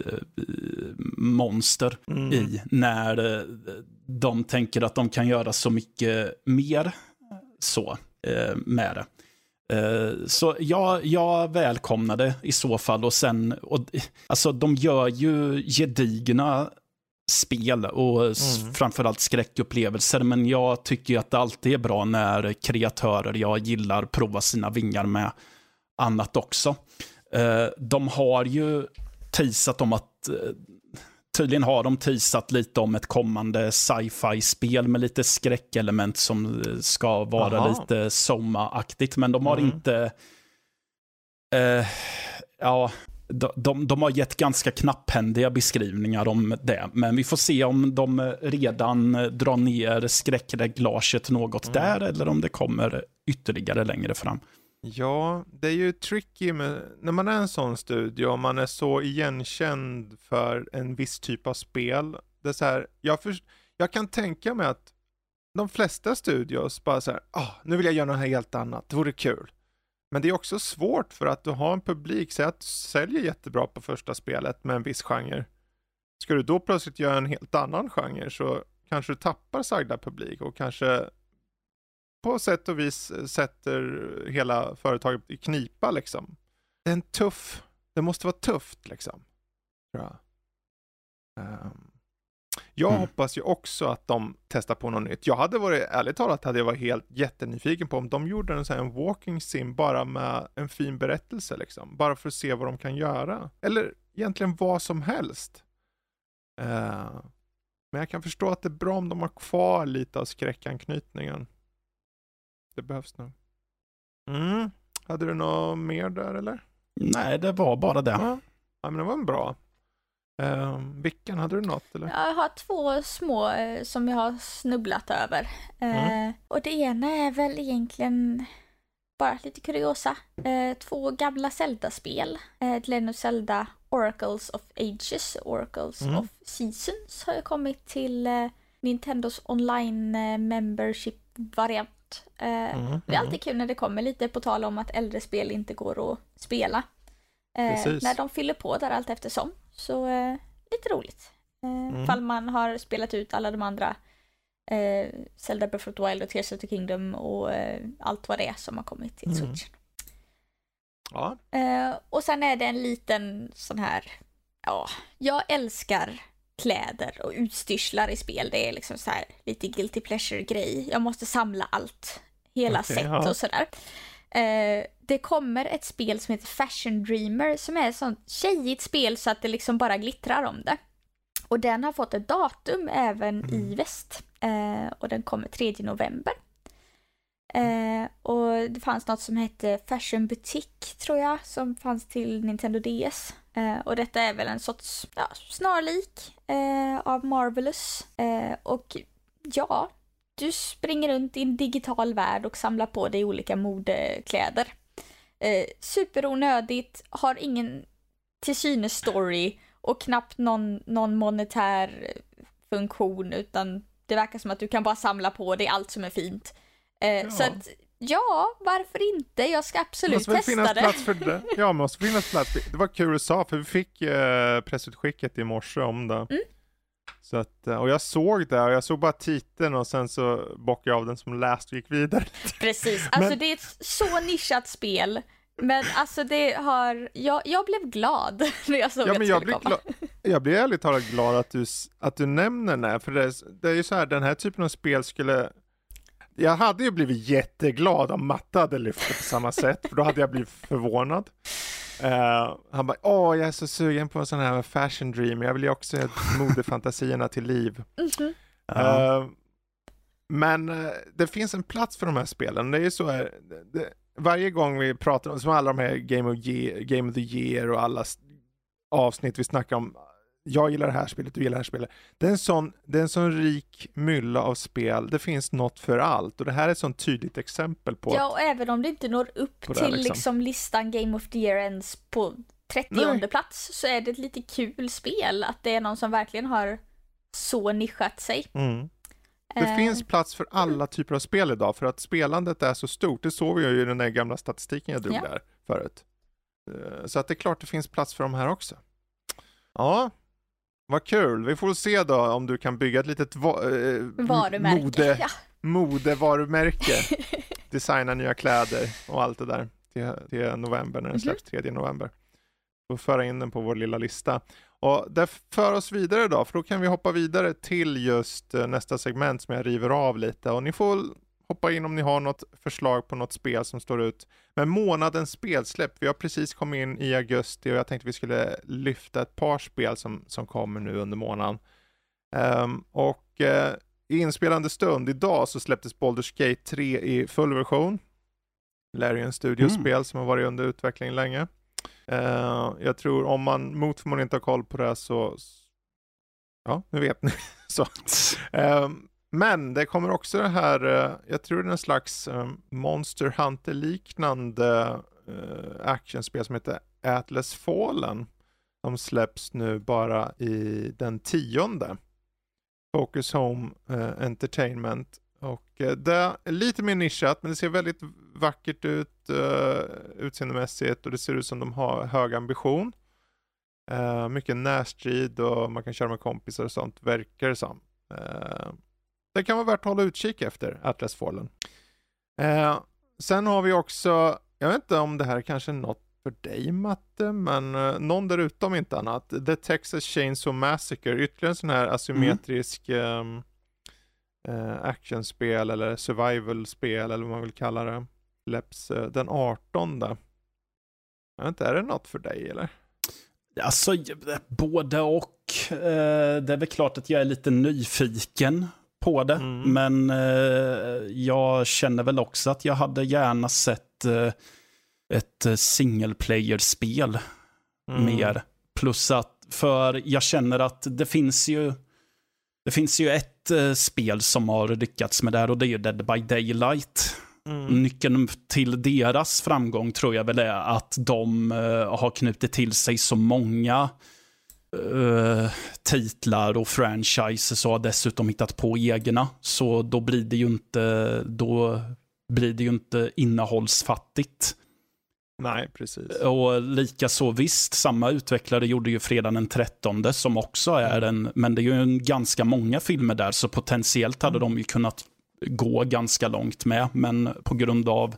monster i, när de tänker att de kan göra så mycket mer så med det. Så jag välkomnar det i så fall, och sen alltså de gör ju gedigna spel och framförallt skräckupplevelser, men jag tycker att det alltid är bra när kreatörer jag gillar provar sina vingar med annat också. De har ju teasat om att tydligen har de teasat lite om ett kommande sci-fi-spel med lite skräckelement som ska vara lite Soma-aktigt, men de har inte de har gett ganska knapphändiga beskrivningar om det, men vi får se om de redan drar ner skräckreglaget något där, eller om det kommer ytterligare längre fram. Ja, det är ju tricky när man är en sån studio, om man är så igenkänd för en viss typ av spel. Det är så här, jag kan tänka mig att de flesta studios bara så här, nu vill jag göra något helt annat, det vore kul. Men det är också svårt för att du har en publik, säg att du säljer jättebra på första spelet med en viss genre. Ska du då plötsligt göra en helt annan genre så kanske du tappar sagda publik och kanske på sätt och vis sätter hela företaget i knipa liksom. Det måste vara tufft liksom. Tror jag. Jag hoppas ju också att de testar på något nytt. Jag hade varit, ärligt talat, hade jag varit helt jättenyfiken på om de gjorde en walking sim bara med en fin berättelse liksom. Bara för att se vad de kan göra. Eller egentligen vad som helst. Men jag kan förstå att det är bra om de har kvar lite av skräckanknytningen. Det behövs nog. Hade du något mer där eller? Nej, det var bara det. Ja, men det var en bra. Vilken, hade du något eller? Jag har 2 små som jag har snubblat över. Och det ena är väl egentligen bara lite kuriosa. 2 gamla Zelda-spel. Legend of Zelda Oracles of Ages, Oracles of Seasons har ju kommit till Nintendos online membership-variant. Det är alltid kul när det kommer lite på tal om att äldre spel inte går att spela. När de fyller på där allt eftersom. Så lite roligt. Fall man har spelat ut alla de andra Zelda Breath of the Wild och Tears of the Kingdom och allt vad det är som har kommit till Switch. Ja. Och sen är det en liten sån här, jag älskar kläder och utstyrslar i spel. Det är liksom så här lite guilty pleasure grej. Jag måste samla allt, hela set och sådär. Det kommer ett spel som heter Fashion Dreamer som är ett sånt tjejigt spel så att det liksom bara glittrar om det. Och den har fått ett datum även i väst. Och den kommer 3 november. Och det fanns något som hette Fashion Boutique tror jag som fanns till Nintendo DS. Och detta är väl en sorts snarlik av Marvelous. Och ja, du springer runt i en digital värld och samlar på dig olika modekläder. Superonödigt, har ingen till synes story och knappt någon monetär funktion, utan det verkar som att du kan bara samla på dig allt som är fint. Så att, varför inte? Jag ska absolut testa det. Plats för det. Ja, måste finnas plats. Det var kul du sa, för vi fick pressutskicket i morse om det. Så att, och jag såg det och jag såg bara titeln och sen så bockade jag av den som läst och gick vidare. Precis, alltså det är ett så nischat spel. Men alltså det har, jag blev glad när jag såg att det skulle komma. Jag blev ärligt talat glad att du nämner det, för det är ju så här, den här typen av spel skulle, jag hade ju blivit jätteglad om Matta hade lyft det på samma sätt, för då hade jag blivit förvånad. Han bara, jag är så sugen på en sån här fashion dream, jag vill ju också ha modefantasierna till liv. Men det finns en plats för de här spelen. Det är ju så här, varje gång vi pratar om, som alla de här Game of the Year och alla avsnitt vi snackar om, jag gillar det här spelet, du gillar det här spelet. Det är en sån rik mylla av spel. Det finns något för allt. Och det här är ett sånt tydligt exempel på. Ja, och även om det inte når upp till liksom listan Game of the Year ens på 30:e plats, så är det ett lite kul spel. Att det är någon som verkligen har så nischat sig. Det finns plats för alla typer av spel idag, för att spelandet är så stort. Det såg vi ju i den där gamla statistiken jag drog där förut. Så att det är klart det finns plats för de här också. Ja, vad kul. Vi får se då om du kan bygga ett litet modevarumärke. Designa nya kläder och allt det där till november, när den släpps 3 november. Och föra in den på vår lilla lista. Och det för oss vidare då, för då kan vi hoppa vidare till just nästa segment som jag river av lite. Och ni får hoppa in om ni har något förslag på något spel som står ut. Men månadens spelsläpp, vi har precis kommit in i augusti och jag tänkte vi skulle lyfta ett par spel som kommer nu under månaden. I inspelande stund idag så släpptes Baldur's Gate 3 i full version. Larian Studios-spel som har varit under utveckling länge. Jag tror om man mot förmodan inte har koll på det så nu vet ni. Så. Men det kommer också det här, jag tror det är en slags Monster Hunter-liknande actionspel som heter Atlas Fallen. De släpps nu bara i den 10:e. Focus Home Entertainment. Och det är lite mer nischat, men det ser väldigt vackert ut utseendemässigt och det ser ut som de har hög ambition. Mycket närstrid och man kan köra med kompisar och sånt, verkar det som. Det kan vara värt att hålla utkik efter Atlas Fallen. Sen har vi också, jag vet inte om det här kanske är något för dig Matte, men någon där ute om inte annat. The Texas Chainsaw Massacre, ytterligare en sån här asymmetrisk actionspel eller survival-spel eller vad man vill kalla det. Släpps den 18:e. Jag vet inte, är det något för dig eller? Alltså, både och. Det är väl klart att jag är lite nyfiken på det. Men jag känner väl också att jag hade gärna sett ett single player-spel mer. Plus att, för jag känner att det finns ju ett spel som har lyckats med det här och det är ju Dead by Daylight. Nyckeln till deras framgång tror jag väl är att de har knutit till sig så många titlar och franchises och har dessutom hittat på egna. Så då blir det ju inte innehållsfattigt. Nej, precis. Och lika så visst, samma utvecklare gjorde ju Fredag den 13:e som också är men det är ju ganska många filmer där så potentiellt hade de ju kunnat gå ganska långt med, men på grund av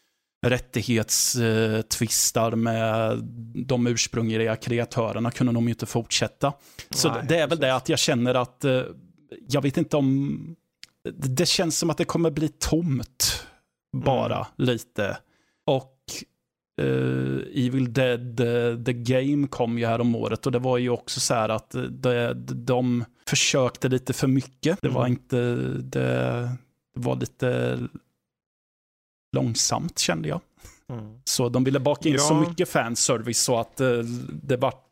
rättighetstvistar med de ursprungliga kreatörerna kunde de ju inte fortsätta. Så nej, det är väl det att jag känner att jag vet inte om det känns som att det kommer bli tomt bara lite. Och Evil Dead The Game kom ju här om året och det var ju också så här att de försökte lite för mycket. Det var inte det var lite långsamt kände jag. Så de ville baka in så mycket fanservice så att det vart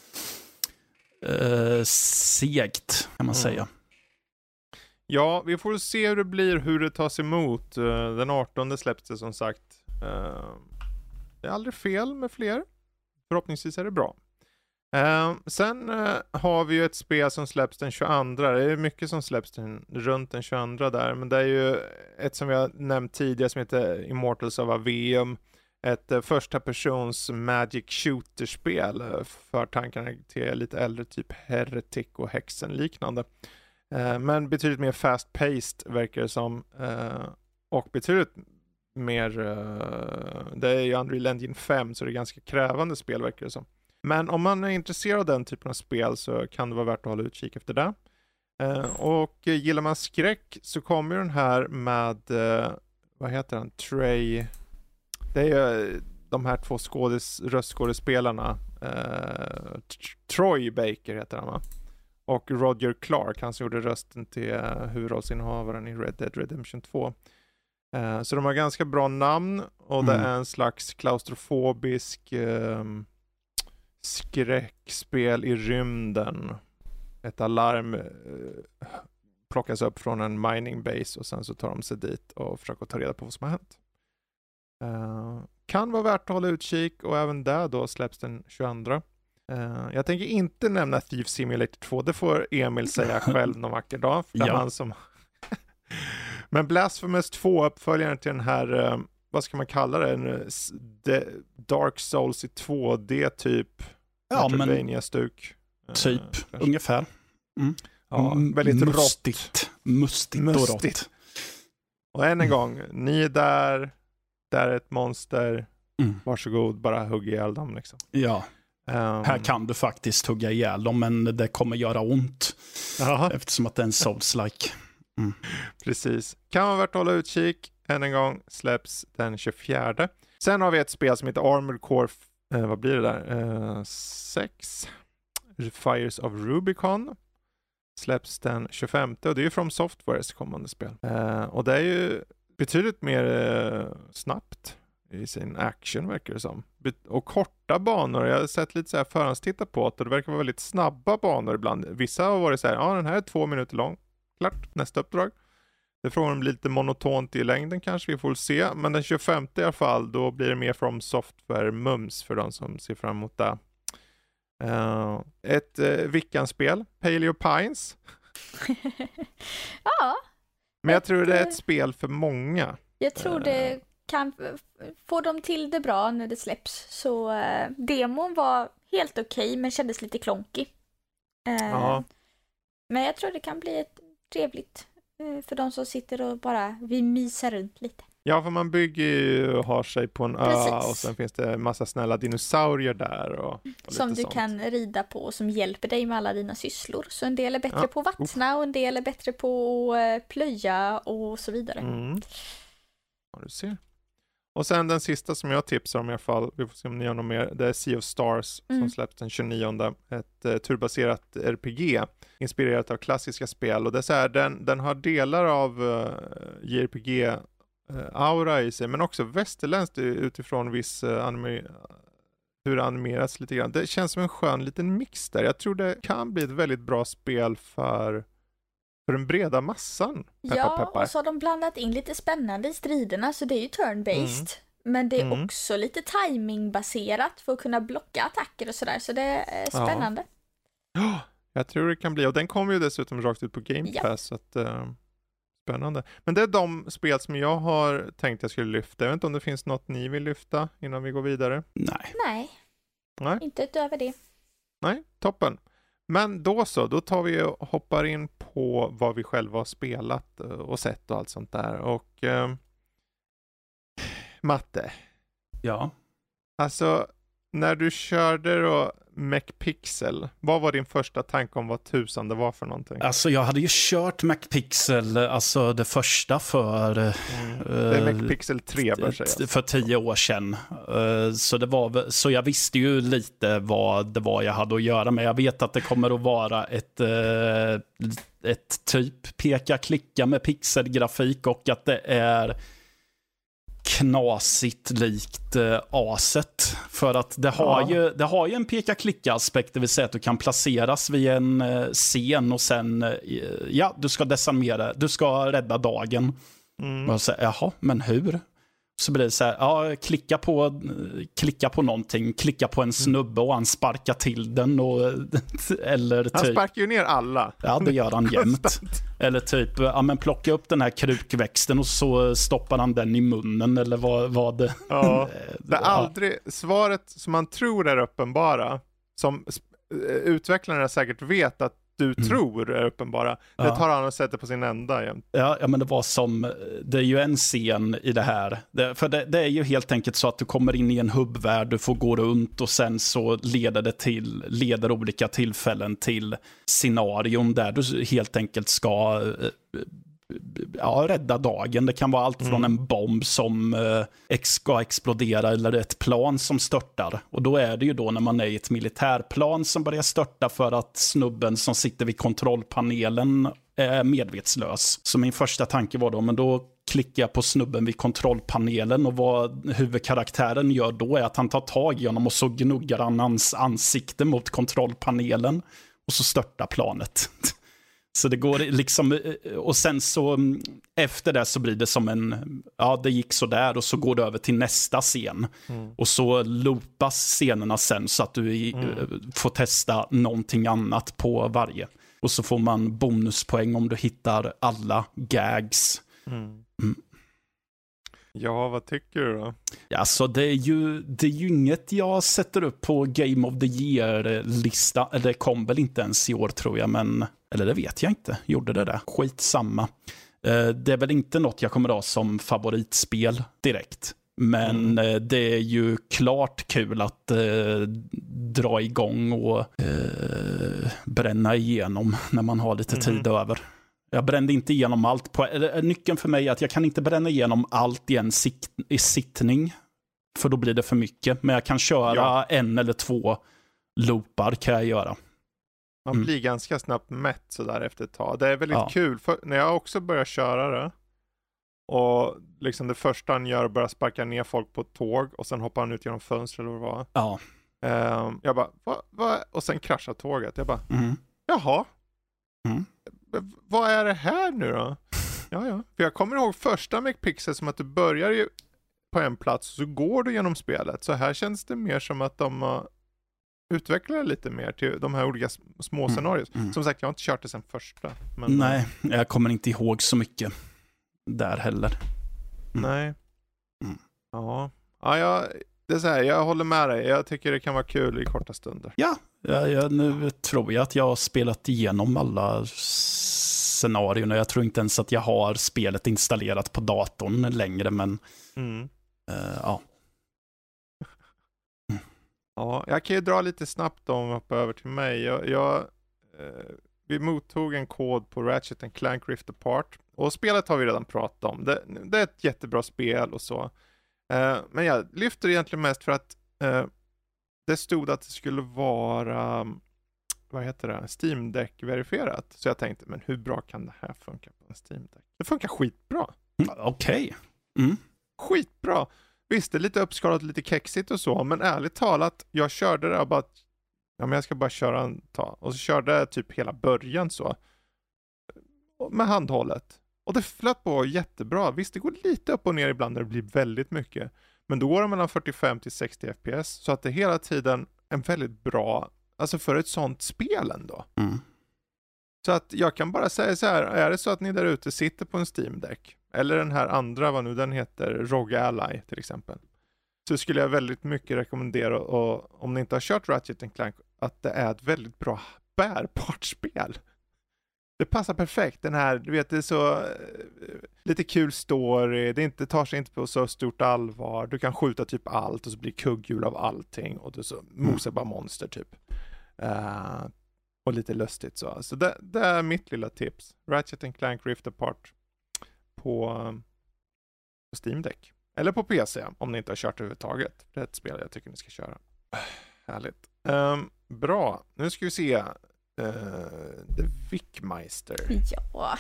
segt kan man säga. Ja, vi får se hur det blir, hur det tas emot. Den 18:e släpps det som sagt. Det är aldrig fel med fler. Förhoppningsvis är det bra. Sen har vi ju ett spel som släpps den 22. Det är mycket som släpps runt den 22 där. Men det är ju ett som vi har nämnt tidigare som heter Immortals of Aveum. Ett första persons Magic Shooter-spel. För tankarna till lite äldre typ Heretic och Hexen liknande. Men betydligt mer fast-paced verkar det som. Och betydligt mer, det är ju Unreal Engine 5 så det är ganska krävande spel verkar det som. Men om man är intresserad av den typen av spel så kan det vara värt att hålla utkik efter det. Och gillar man skräck så kommer den här med, vad heter han? Trey. Det är ju de här två röstskådespelarna. Troy Baker heter han va? Och Roger Clark, han som gjorde rösten till huvudrollsinnehavaren i Red Dead Redemption 2. Så de har ganska bra namn och det är en slags klaustrofobisk skräckspel i rymden. Ett alarm plockas upp från en mining base och sen så tar de sig dit och försöker ta reda på vad som har hänt. Kan vara värt att hålla utkik och även där då släpps den 22. Jag tänker inte nämna Thief Simulator 2, det får Emil säga själv någon vacker dag. För det är han som... Men Blasphemous 2, uppföljaren till den här, vad ska man kalla det? Dark Souls i 2D typ. Ja, men typ, ungefär. Ja, väldigt mustigt och rått. Och än en gång, ni är där är ett monster, varsågod, bara hugga ihjäl dem liksom. Ja, här kan du faktiskt hugga ihjäl dem, men det kommer göra ont. Eftersom att det är en Souls-like. Precis. Kan vara värt att hålla utkik. Än en gång släpps den 24. Sen har vi ett spel som heter Armored Core, vad blir det där? 6. Fires of Rubicon. Släpps den 25. Och det är ju From Softwares kommande spel. Och det är ju betydligt mer snabbt i sin action verkar det som. Och korta banor. Jag har sett lite så här förhandstitta på det och det verkar vara väldigt snabba banor ibland. Vissa har varit så här, den här är 2 minuter lång. klart, nästa uppdrag. Det frågan om det blir lite monotont i längden kanske, vi får väl se. Men den 25 i alla fall, då blir det mer From Software Mums för de som ser fram emot det. Ett Vickan-spel, Paleo Pines. Ja. Men jag tror det är ett spel för många. Jag tror det kan få dem till det bra när det släpps. Så demon var helt okej, men kändes lite klonkig. Men jag tror det kan bli ett trevligt för de som sitter och bara vill mysa runt lite. Ja, för man bygger ju och har sig på en ö och sen finns det en massa snälla dinosaurier där. Och som du sånt. Kan rida på och som hjälper dig med alla dina sysslor. Så en del är bättre på att vattna och en del är bättre på att plöja och så vidare. Ja, du ser. Och sen den sista som jag tipsar om i alla fall, vi får se om ni gör något mer, det är Sea of Stars som släpps den 29. Ett turbaserat RPG inspirerat av klassiska spel. Och det är så här, den har delar av JRPG-aura i sig, men också västerländskt utifrån viss hur det animeras lite grann. Det känns som en skön liten mix där. Jag tror det kan bli ett väldigt bra spel för den breda massan. Peppar. Och så har de blandat in lite spännande i striderna, så det är ju turn-based. Men det är också lite timingbaserat för att kunna blocka attacker och sådär, så det är spännande. Ja, jag tror det kan bli. Och den kommer ju dessutom rakt ut på Game Pass, så att, spännande. Men det är de spel som jag har tänkt jag skulle lyfta. Jag vet inte om det finns något ni vill lyfta innan vi går vidare? Nej. Inte utöver det. Nej, toppen. Men då tar vi och hoppar in på vad vi själva har spelat och sett och allt sånt där. Och Matte. Ja. Alltså, när du körde då MacPixel, vad var din första tanke om vad tusan det var för någonting? Alltså jag hade ju kört MacPixel, alltså det första för... det är MacPixel 3 bör sägas. För 10 år sedan. Så jag visste ju lite vad det var jag hade att göra med. Jag vet att det kommer att vara ett typ peka-klicka med pixelgrafik och att det är knasigt likt aset, för att det har ju en peka-klicka-aspekt, det vill säga att du kan placeras vid en scen och sen du ska desarmera, du ska rädda dagen. Och jag säger, jaha, men hur? Så blir det så här, klicka på någonting, klicka på en snubbe och han sparkar till den eller typ, han sparkar ju ner alla. Ja, det gör han jämt. Eller typ, men plocka upp den här krukväxten och så stoppar han den i munnen, eller vad det... Ja, det är aldrig svaret som man tror är uppenbara, som utvecklarna säkert vet att du tror är uppenbara. Det tar han och sätter på sin ända jämt. Ja, men det är ju en scen i det här. För det är ju helt enkelt så att du kommer in i en hubbvärld, du får gå runt och sen så leder olika tillfällen till scenarion där du helt enkelt ska rädda dagen. Det kan vara allt från en bomb som ska explodera eller ett plan som störtar. Och då är det ju när man är i ett militärplan som börjar störta för att snubben som sitter vid kontrollpanelen är medvetslös. Så min första tanke var men då klickar jag på snubben vid kontrollpanelen, och vad huvudkaraktären gör då är att han tar tag i honom och så gnuggar han hans ansikte mot kontrollpanelen och så störtar planet. Så det går liksom, och sen så efter det så blir det som det gick så där, och så går det över till nästa scen. Och så loopas scenerna sen så att du får testa någonting annat på varje. Och så får man bonuspoäng om du hittar alla gags. Ja, vad tycker du då? Alltså det är ju inget jag sätter upp på Game of the Year-lista. Eller det kom väl inte ens i år tror jag, men... Eller det vet jag inte. Gjorde det där? Skitsamma. Det är väl inte något jag kommer ha som favoritspel direkt. Men det är ju klart kul att dra igång och bränna igenom när man har lite tid över. Jag brände inte igenom allt. Nyckeln för mig är att jag kan inte bränna igenom allt i en sittning. För då blir det för mycket. Men jag kan köra 1 eller 2 loopar kan jag göra. Man blir ganska snabbt mätt så där efter ett tag. Det är väldigt kul. För när jag också börjar köra det. Och liksom det första han gör är att börja sparka ner folk på ett tåg. Och sen hoppar han ut genom fönstret eller vad det var. Ja. Jag bara, vad? Och sen kraschar tåget. Jag bara, jaha. vad är det här nu då? Ja. För jag kommer ihåg första McPixel som att du börjar ju på en plats och så går du genom spelet. Så här känns det mer som att de utvecklar lite mer till de här olika små scenarier. Som sagt, jag har inte kört det sen första. Men, nej, jag kommer inte ihåg så mycket där heller. Nej. Ja, det är så här, jag håller med dig. Jag tycker det kan vara kul i korta stunder. Ja, nu tror jag att jag har spelat igenom alla scenarierna. Jag tror inte ens att jag har spelet installerat på datorn längre, men ja. Ja, jag kan ju dra lite snabbt om att hoppa över till mig. Vi mottog en kod på Ratchet & Clank Rift Apart. Och spelet har vi redan pratat om. Det är ett jättebra spel och så. Men jag lyfter egentligen mest för att det stod att det skulle vara Steam Deck-verifierat. Så jag tänkte, men hur bra kan det här funka på en Steam Deck? Det funkar skitbra. Okej. Skitbra. Visst, det är lite uppskalat, lite kexigt och så, men ärligt talat, jag körde det bara men jag ska bara köra en tag. Och så körde jag typ hela början så. Med handhållet. Och det flöt på jättebra. Visst, det går lite upp och ner ibland när det blir väldigt mycket. Men då går det mellan 45 till 60 fps. Så att det hela tiden är väldigt bra, alltså för ett sånt spel ändå. Så att jag kan bara säga så här, är det så att ni där ute sitter på en Steam Deck, eller den här andra, vad nu den heter, Rogue Ally till exempel, så skulle jag väldigt mycket rekommendera, och om ni inte har kört Ratchet & Clank, att det är ett väldigt bra bärbart spel. Det passar perfekt. Den här, du vet, det är så lite kul story, det tar sig inte på så stort allvar, du kan skjuta typ allt och så blir kugghjul av allting och du så mosar bara monster typ. Och lite lustigt så. Så det är mitt lilla tips. Ratchet & Clank Rift Apart på Steam Deck. Eller på PC om ni inte har kört överhuvudtaget. Det är ett spel jag tycker ni ska köra. Härligt. Bra. Nu ska vi se. The Wickmeister. Ja.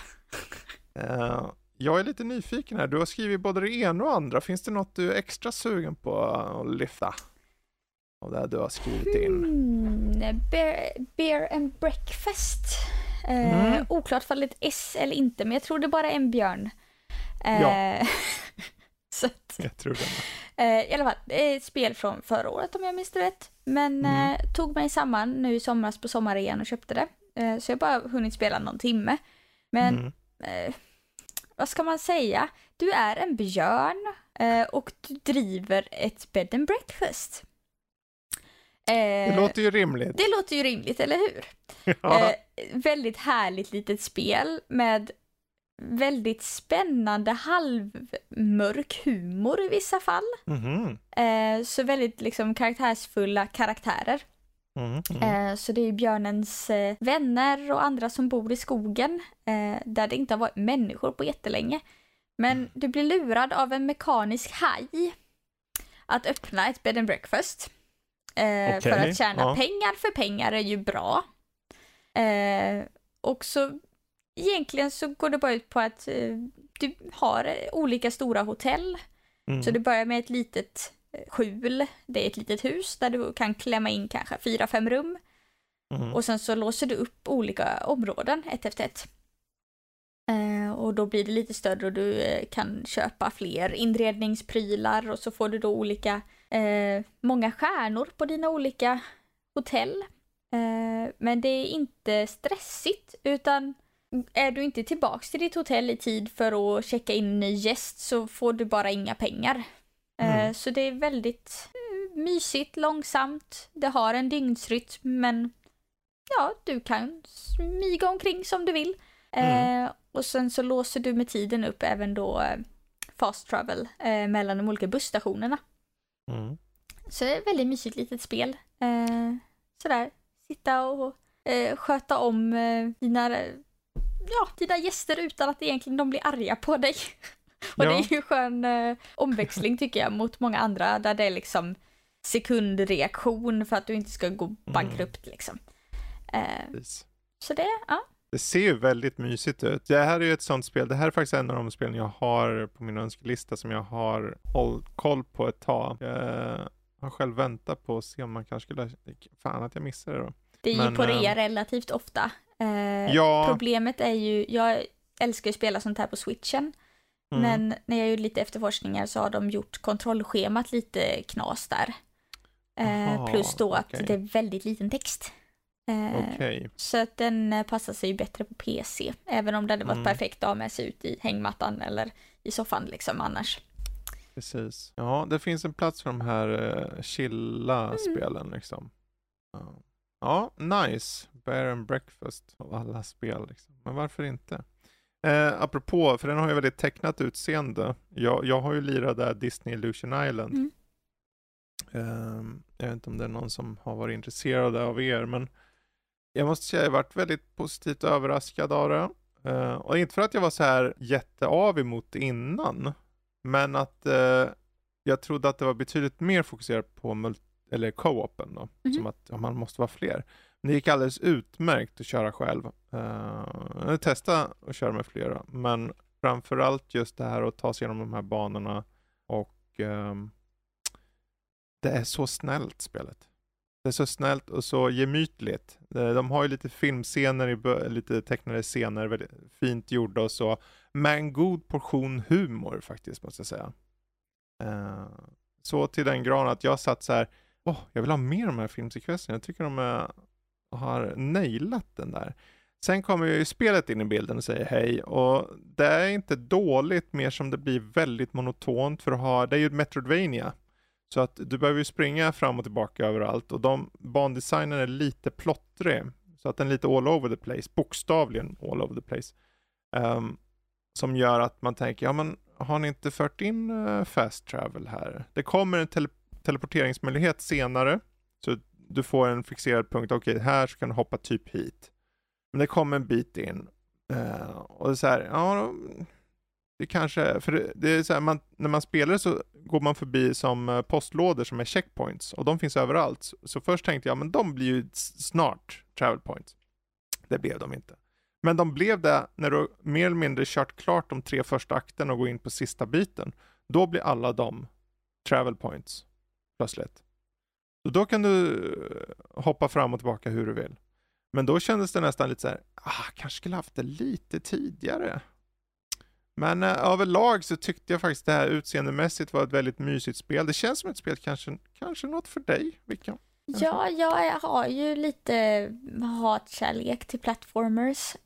Jag är lite nyfiken här. Du har skrivit både det ena och andra. Finns det något du är extra sugen på att lyfta? Och det du har skrivit in. Beer and Breakfast. Oklart fall ett S eller inte, men jag tror det bara är en björn. Ja. Så att, jag tror det. I alla fall, det är ett spel från förra året om jag minns det rätt. Men tog mig samman nu i somras på sommaren och köpte det. Så jag bara hunnit spela någon timme. Men vad ska man säga? Du är en björn och du driver ett bed and breakfast. Det låter ju rimligt. Det låter ju rimligt, eller hur? Ja. Väldigt härligt litet spel med väldigt spännande halvmörk humor i vissa fall. Så väldigt liksom karaktärsfulla karaktärer. Så det är björnens vänner och andra som bor i skogen där det inte har varit människor på jättelänge. Men du blir lurad av en mekanisk haj att öppna ett bed and breakfast. För att tjäna pengar, för pengar är ju bra. Och så egentligen så går det bara ut på att du har olika stora hotell. Så du börjar med ett litet skjul. Det är ett litet hus där du kan klämma in kanske 4-5 rum. Och sen så låser du upp olika områden ett efter ett. Och då blir det lite större och du kan köpa fler inredningsprylar och så får du då olika många stjärnor på dina olika hotell. Men det är inte stressigt, utan är du inte tillbaks till ditt hotell i tid för att checka in en ny gäst så får du bara inga pengar. Så det är väldigt mysigt, långsamt. Det har en dygnsrytm, men ja, du kan smyga omkring som du vill. Och sen så låser du med tiden upp även då fast travel mellan de olika busstationerna. Så det är ett väldigt mysigt litet spel. Sådär, sitta och sköta om dina gäster utan att egentligen de blir arga på dig. Och det är ju skön omväxling tycker jag mot många andra där det är liksom sekundreaktion för att du inte ska gå bankrupt liksom. Så det, Det ser ju väldigt mysigt ut. Det här är ju ett sånt spel. Det här är faktiskt en av de spelen jag har på min önskelista som jag har hållit koll på ett tag. Jag har själv väntat på att se om man kanske skulle... Fan att jag missade det då. Det är ju på rea relativt ofta. Problemet är ju, jag älskar att spela sånt här på Switchen. Men när jag gjorde lite efterforskningar så har de gjort kontrollschemat lite knas där. Plus då att det är väldigt liten text. Så att den passar sig bättre på PC. Även om det hade varit perfekt att ha med sig ut i hängmattan eller i soffan liksom annars. Precis. Ja, det finns en plats för de här chilla spelen liksom. Ja, nice. Bear and breakfast av alla spel liksom. Men varför inte? Apropå, för den har ju väldigt tecknat utseende. Jag har ju lirat där Disney Illusion Island. Jag vet inte om det är någon som har varit intresserad av er, men jag måste säga att jag har varit väldigt positivt överraskad av det. Och inte för att jag var så här jätteav emot det innan, men att jag trodde att det var betydligt mer fokuserat på co-open då, som att man måste vara fler. Men det gick alldeles utmärkt att köra själv. Jag testade att köra med flera, men framförallt just det här att ta sig igenom de här banorna och det är så snällt spelet. Det är så snällt och så gemytligt. De har ju lite filmscener, lite tecknade scener, väldigt fint gjorda och så. Med en god portion humor faktiskt, måste jag säga. Så till den graden att jag satt så här, jag vill ha mer av de här filmsekvenserna. Jag tycker de har nailat den där. Sen kommer ju spelet in i bilden och säger hej. Och det är inte dåligt, mer som det blir väldigt monotont för det är ju ett Metroidvania. Så att du behöver ju springa fram och tillbaka överallt. Och bandesignen är lite plottrig. Så att den är lite all over the place. Bokstavligen all over the place. Som gör att man tänker, men har ni inte fört in fast travel här? Det kommer en teleporteringsmöjlighet senare. Så du får en fixerad punkt. Okej, här så kan du hoppa typ hit. Men det kommer en bit in. Och det är så här, det kanske, för det är så här, när man spelar så går man förbi som postlådor som är checkpoints och de finns överallt. Så först tänkte jag, men de blir ju snart travel points. Det blev de inte. Men de blev det när du mer eller mindre kört klart de 3 första akterna och går in på sista biten. Då blir alla de travel points plötsligt. Så då kan du hoppa fram och tillbaka hur du vill. Men då kändes det nästan lite så här, kanske skulle haft det lite tidigare. Men överlag så tyckte jag faktiskt det här utseendemässigt var ett väldigt mysigt spel. Det känns som ett spel kanske något för dig, Vicka. Ja, jag har ju lite hatkärlek till platformers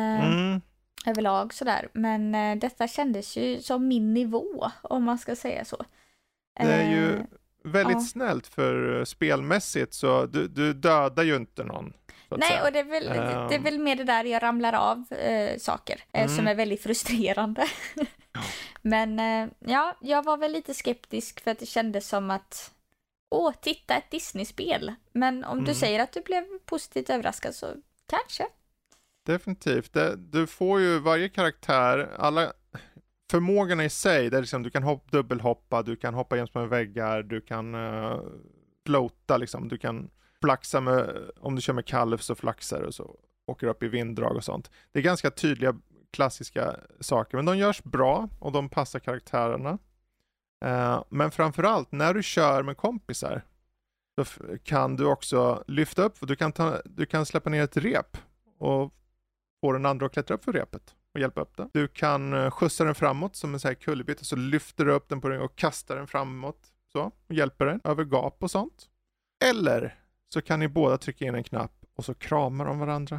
överlag sådär. Men detta kändes ju som min nivå, om man ska säga så. Det är ju väldigt snällt för spelmässigt, så du dödar ju inte någon. Nej, och det är väl mer det där jag ramlar av saker som är väldigt frustrerande. Men jag var väl lite skeptisk för att det kändes som att titta ett Disney-spel. Men om du säger att du blev positivt överraskad så kanske. Definitivt. Du får ju varje karaktär, alla förmågorna i sig, där liksom du kan dubbelhoppa, du kan hoppa jäms med väggar, du kan floata liksom, du kan flaxa med, om du kör med kalv så flaxar och så åker upp i vinddrag och sånt. Det är ganska tydliga klassiska saker, men de görs bra och de passar karaktärerna. Men framförallt när du kör med kompisar så kan du också lyfta upp, för du kan släppa ner ett rep och få den andra att klättra upp för repet och hjälpa upp det. Du kan skjutsa den framåt som en så här kullerbytta, så lyfter du upp den på den och kastar den framåt så och hjälper den över gap och sånt. Eller så kan ni båda trycka in en knapp och så kramar de varandra.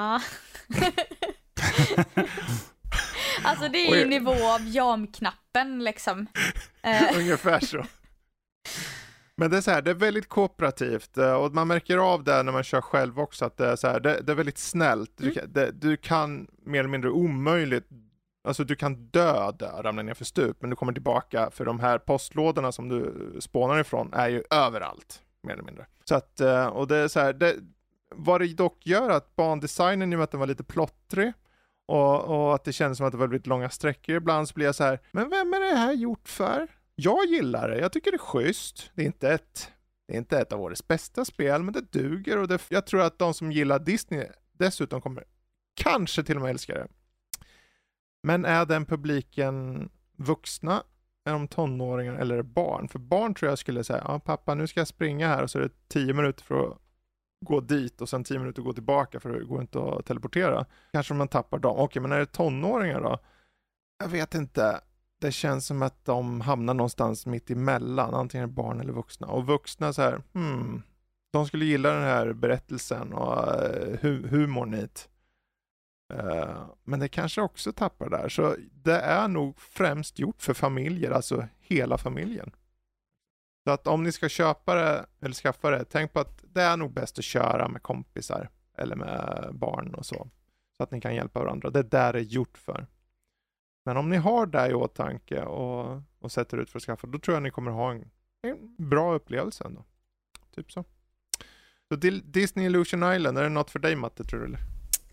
Alltså det är ju nivå av jamknappen liksom. Ungefär så. Men det är så här, det är väldigt kooperativt och man märker av det när man kör själv också att det är så här, det är väldigt snällt. Du kan mer eller mindre omöjligt, alltså du kan dö där, ramla ner för stup, men du kommer tillbaka, för de här postlådorna som du spånar ifrån är ju överallt, mer eller mindre. Så att, och det är så här, vad det dock gör att bandesignen, i och med att den var lite plottrig och att det kändes som att det var väldigt långa sträckor, ibland så blir jag så här, men vem är det här gjort för? Jag gillar det, jag tycker det är schysst. Det är inte ett av årets bästa spel, men det duger, och jag tror att de som gillar Disney dessutom kommer kanske till och med älska det. Men är den publiken vuxna? Är de tonåringar eller är det barn? För barn tror jag skulle säga, pappa nu ska jag springa här, och så är det 10 minuter för att gå dit och sen 10 minuter gå tillbaka för det går inte att teleportera. Kanske man tappar dem. Okej, men är det tonåringar då? Jag vet inte. Det känns som att de hamnar någonstans mitt emellan. Antingen barn eller vuxna. Och vuxna så här, de skulle gilla den här berättelsen och humorn hit. Men det kanske också tappar där. Så det är nog främst gjort för familjer, alltså hela familjen. Så att om ni ska köpa det eller skaffa det, tänk på att det är nog bäst att köra med kompisar eller med barn och så. Så att ni kan hjälpa varandra. Det där är gjort för. Men om ni har det i åtanke och sätter ut för att skaffa, då tror jag ni kommer ha en bra upplevelse ändå. Typ så. Så Disney Illusion Island, är det något för dig, Matte, tror du? Eller?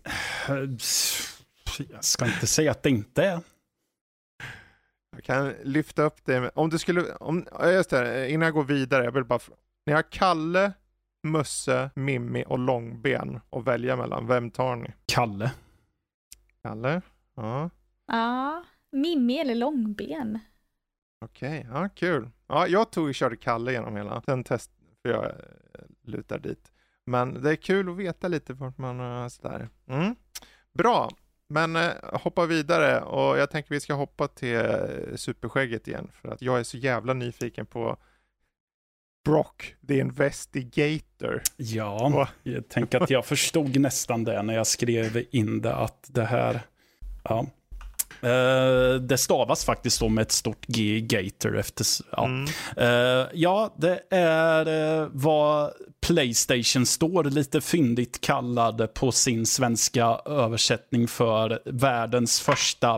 Jag ska inte säga att det inte är. Jag kan lyfta upp det. Just det, innan jag går vidare, jag vill bara... Ni har Kalle, Musse, Mimmi och Långben att välja mellan. Vem tar ni? Kalle. Kalle? Ja. Ja, Mimmi eller Långben. Okej, ja, kul. Ja, jag körde Kalle genom hela den test, för jag lutar dit. Men det är kul att veta lite vart man sådär. Bra, men hoppa vidare och jag tänker vi ska hoppa till superskägget igen för att jag är så jävla nyfiken på Brock, the Investigator. Ja, jag tänker att jag förstod nästan det när jag skrev in det att det här, ja. Det stavas faktiskt då med ett stort G, Gator efter, ja, det är vad PlayStation står lite fyndigt kallad på sin svenska översättning för världens första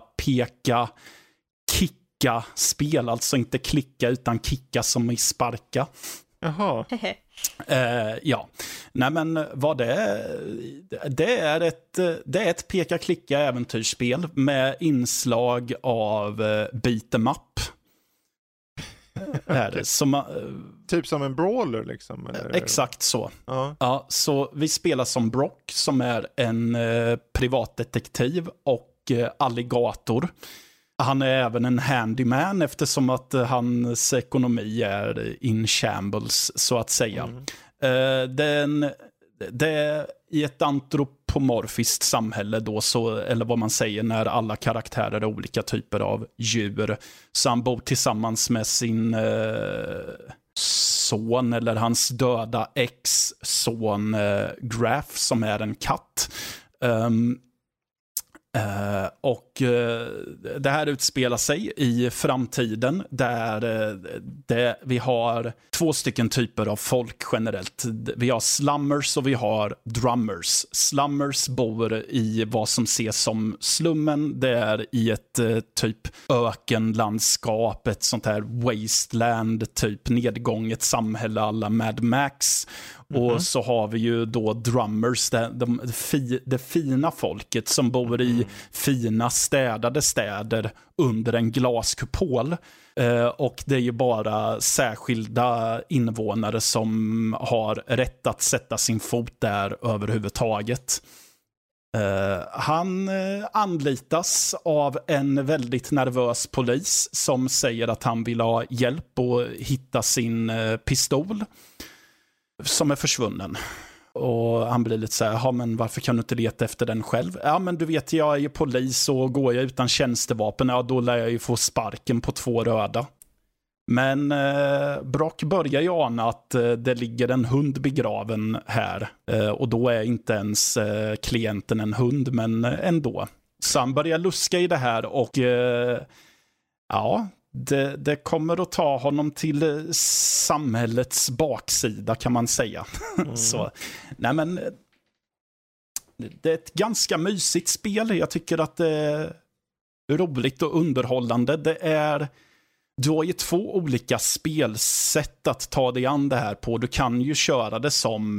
kicka-spel, alltså inte klicka utan kicka som i sparka. Jaha. Ja, nej men vad det är ett peka-klicka äventyrsspel med inslag av beat 'em up. Är det som typ som en brawler liksom, eller? Exakt så. Ja, så vi spelar som Brock som är en privatdetektiv och alligator. Han är även en handyman eftersom att hans ekonomi är in shambles så att säga. Det är i ett antropomorfiskt samhälle då, så, eller vad man säger när alla karaktärer är olika typer av djur. Så han bor tillsammans med sin son eller hans döda ex-son Graf som är en katt. Och det här utspelar sig i framtiden där vi har 2 stycken typer av folk generellt. Vi har slummers och vi har drummers. Slummers bor i vad som ses som slummen. Det är i ett typ ökenlandskap, ett sånt här wasteland, typ nedgånget samhälle alla Mad Max. Och så har vi ju då drummers, det fina folket som bor i fina städade städer under en glaskupol. Och det är ju bara särskilda invånare som har rätt att sätta sin fot där överhuvudtaget. Han anlitas av en väldigt nervös polis som säger att han vill ha hjälp att hitta sin pistol som är försvunnen. Och han blir lite så här, men varför kan du inte leta efter den själv? Ja, men du vet, jag är ju polis och går jag utan tjänstevapen, ja då lär jag ju få sparken på 2 röda. Men Brock börjar ju ana att det ligger en hund begraven här. Och då är inte ens klienten en hund, men ändå. Så han börjar luska i det här och ja... Det kommer att ta honom till samhällets baksida kan man säga. Så, nej men, det är ett ganska mysigt spel. Jag tycker att det är roligt och underhållande. Du har ju 2 olika spelsätt att ta dig an det här på. Du kan ju köra det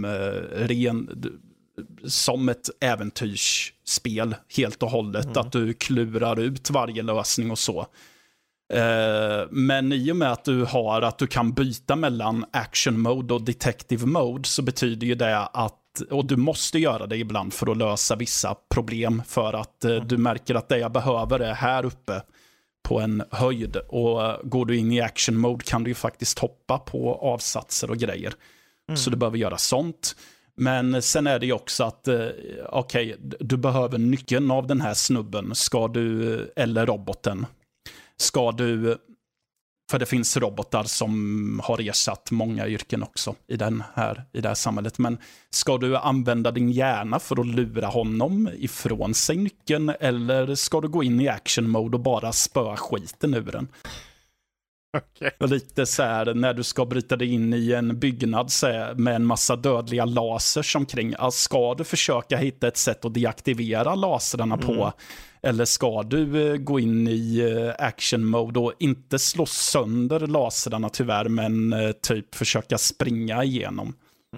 som ett äventyrsspel helt och hållet. Att du klurar ut varje lösning och så. Men i och med att du kan byta mellan action mode och detective mode så betyder ju det att, och du måste göra det ibland för att lösa vissa problem för att du märker att det jag behöver är här uppe på en höjd, och går du in i action mode kan du ju faktiskt hoppa på avsatser och grejer. Så du behöver göra sånt. Men sen är det ju också att okej, du behöver nyckeln av den här snubben eller roboten. Ska du, för det finns robotar som har ersatt många yrken också i det här samhället. Men ska du använda din hjärna för att lura honom ifrån sig nyckeln, eller ska du gå in i action mode och bara spöa skiten ur den? Okay. Och lite så här, när du ska bryta dig in i en byggnad med en massa dödliga lasers omkring. Alltså, ska du försöka hitta ett sätt att deaktivera laserna på? Eller ska du gå in i action mode och inte slå sönder laserna tyvärr, men typ försöka springa igenom?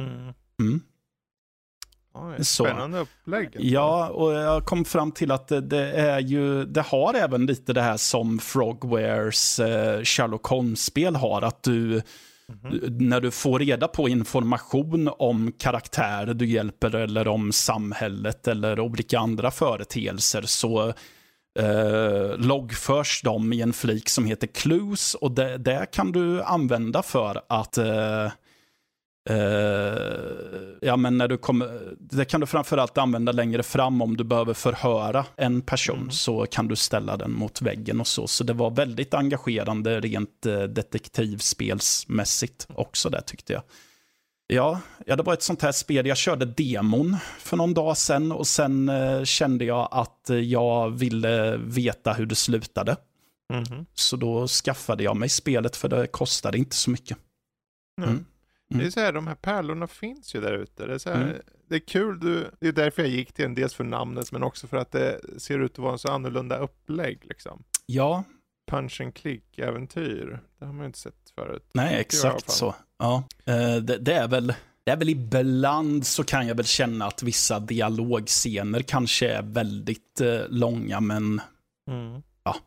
Spännande upplägg. Ja, och jag kom fram till att det har även lite det här som Frogwares Sherlock Holmes-spel har, att du när du får reda på information om karaktärer du hjälper eller om samhället eller olika andra företeelser, så loggförs de i en flik som heter Clues, och det kan du använda för att men när du det kan du framförallt använda längre fram om du behöver förhöra en person, så kan du ställa den mot väggen och så det var väldigt engagerande rent detektivspelsmässigt också där, tyckte jag. Ja, det var ett sånt här spel. Jag körde demon för någon dag sedan, och sen kände jag att jag ville veta hur det slutade. Så då skaffade jag mig spelet, för det kostade inte så mycket. Det är så här, de här pärlorna finns ju där ute. Det är så här, det är kul. Det är därför jag gick till den, dels för namnet, men också för att det ser ut att vara en så annorlunda upplägg liksom. Ja. Punch and click-äventyr. Det har man ju inte sett förut. Nej, exakt så. Ja. Det är väl ibland så kan jag väl känna att vissa dialogscener kanske är väldigt långa, men ja,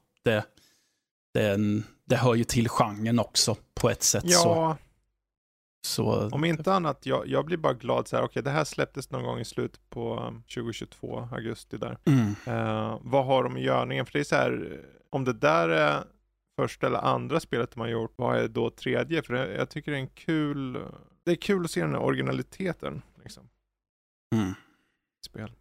det hör ju till genren också på ett sätt. Ja. Så om inte annat, jag blir bara glad så här, okej, det här släpptes någon gång i slutet på 2022, augusti där. Vad har de i görningen? För det är så här, om det där är första eller andra spelet de har gjort, vad är då tredje? För jag tycker det är kul att se den här originaliteten liksom. Spel.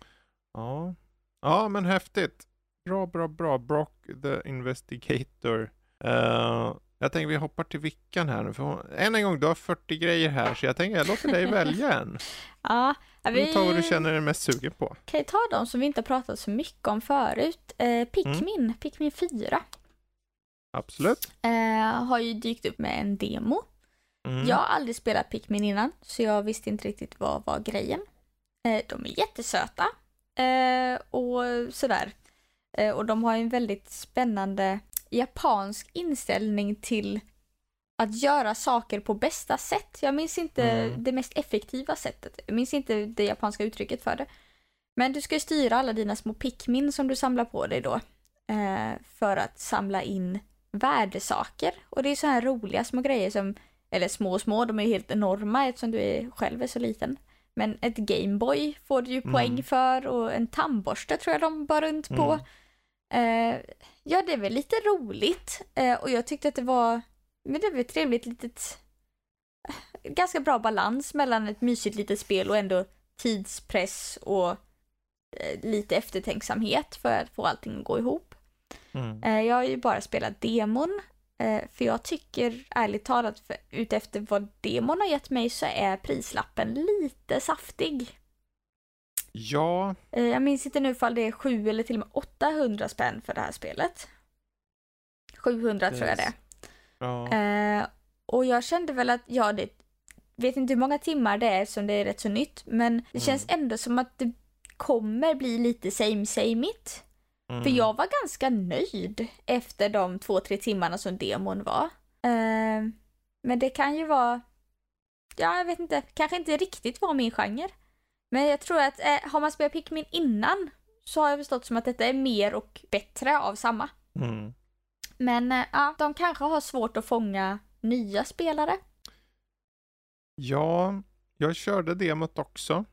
Ja, men häftigt. Bra. Brock the Investigator. Jag tänker vi hoppar till Vickan här nu. För en gång, du har 40 grejer här, så jag tänker jag låter dig välja en. Ja, Du tar vad du känner dig mest sugen på. Kan jag ta de som vi inte har pratat så mycket om förut? Pikmin 4. Absolut. Har ju dykt upp med en demo. Jag har aldrig spelat Pikmin innan, så jag visste inte riktigt vad var grejen. De är jättesöta. Och sådär. Och de har en väldigt spännande japansk inställning till att göra saker på bästa sätt. Jag minns inte det mest effektiva sättet. Jag minns inte det japanska uttrycket för det. Men du ska styra alla dina små Pikmin som du samlar på dig då. För att samla in värdesaker. Och det är så här roliga små grejer som, eller små, de är helt enorma eftersom du själv är så liten. Men ett Gameboy får du ju poäng för, och en tandborste tror jag de bar runt på. Ja, det är väl lite roligt. Och jag tyckte att det var trevligt litet, ganska bra balans mellan ett mysigt litet spel och ändå tidspress och lite eftertänksamhet för att få allting att gå ihop. Jag har ju bara spelat demon, för jag tycker ärligt talat, utefter vad demon har gett mig, så är prislappen lite saftig. Ja. Jag minns inte nu ifall det är 7 eller till och med 800 spänn för det här spelet. 700 tror jag det. Ja. Och jag kände väl att, vet inte hur många timmar det är som det är rätt så nytt, men det känns ändå som att det kommer bli lite same-it. För jag var ganska nöjd efter de 2-3 timmarna som demon var. Men det kan ju vara, jag vet inte, kanske inte riktigt var min genre. Men jag tror att har man spelat Pikmin innan, så har jag förstått som att detta är mer och bättre av samma. Men de kanske har svårt att fånga nya spelare. Ja, jag körde demot också.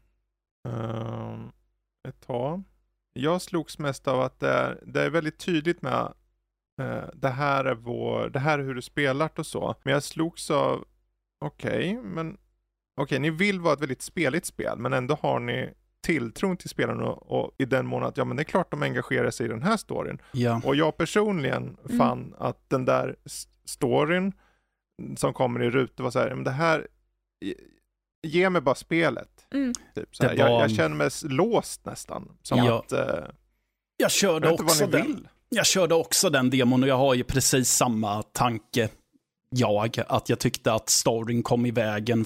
Ett tag. Jag slogs mest av att det är väldigt tydligt med det här är hur du spelar och så. Men jag slogs av men okej, ni vill vara ett väldigt speligt spel, men ändå har ni tilltron till spelarna och i den mån att ja, men det är klart de engagerar sig i den här storyn. Ja. Och jag personligen fann att den där storyn som kommer i rutor var så här, men det här ge mig bara spelet. Typ, så här. Jag känner mig låst nästan. Som att jag körde också den demon och jag har ju precis samma tanke. Att jag tyckte att storyn kom i vägen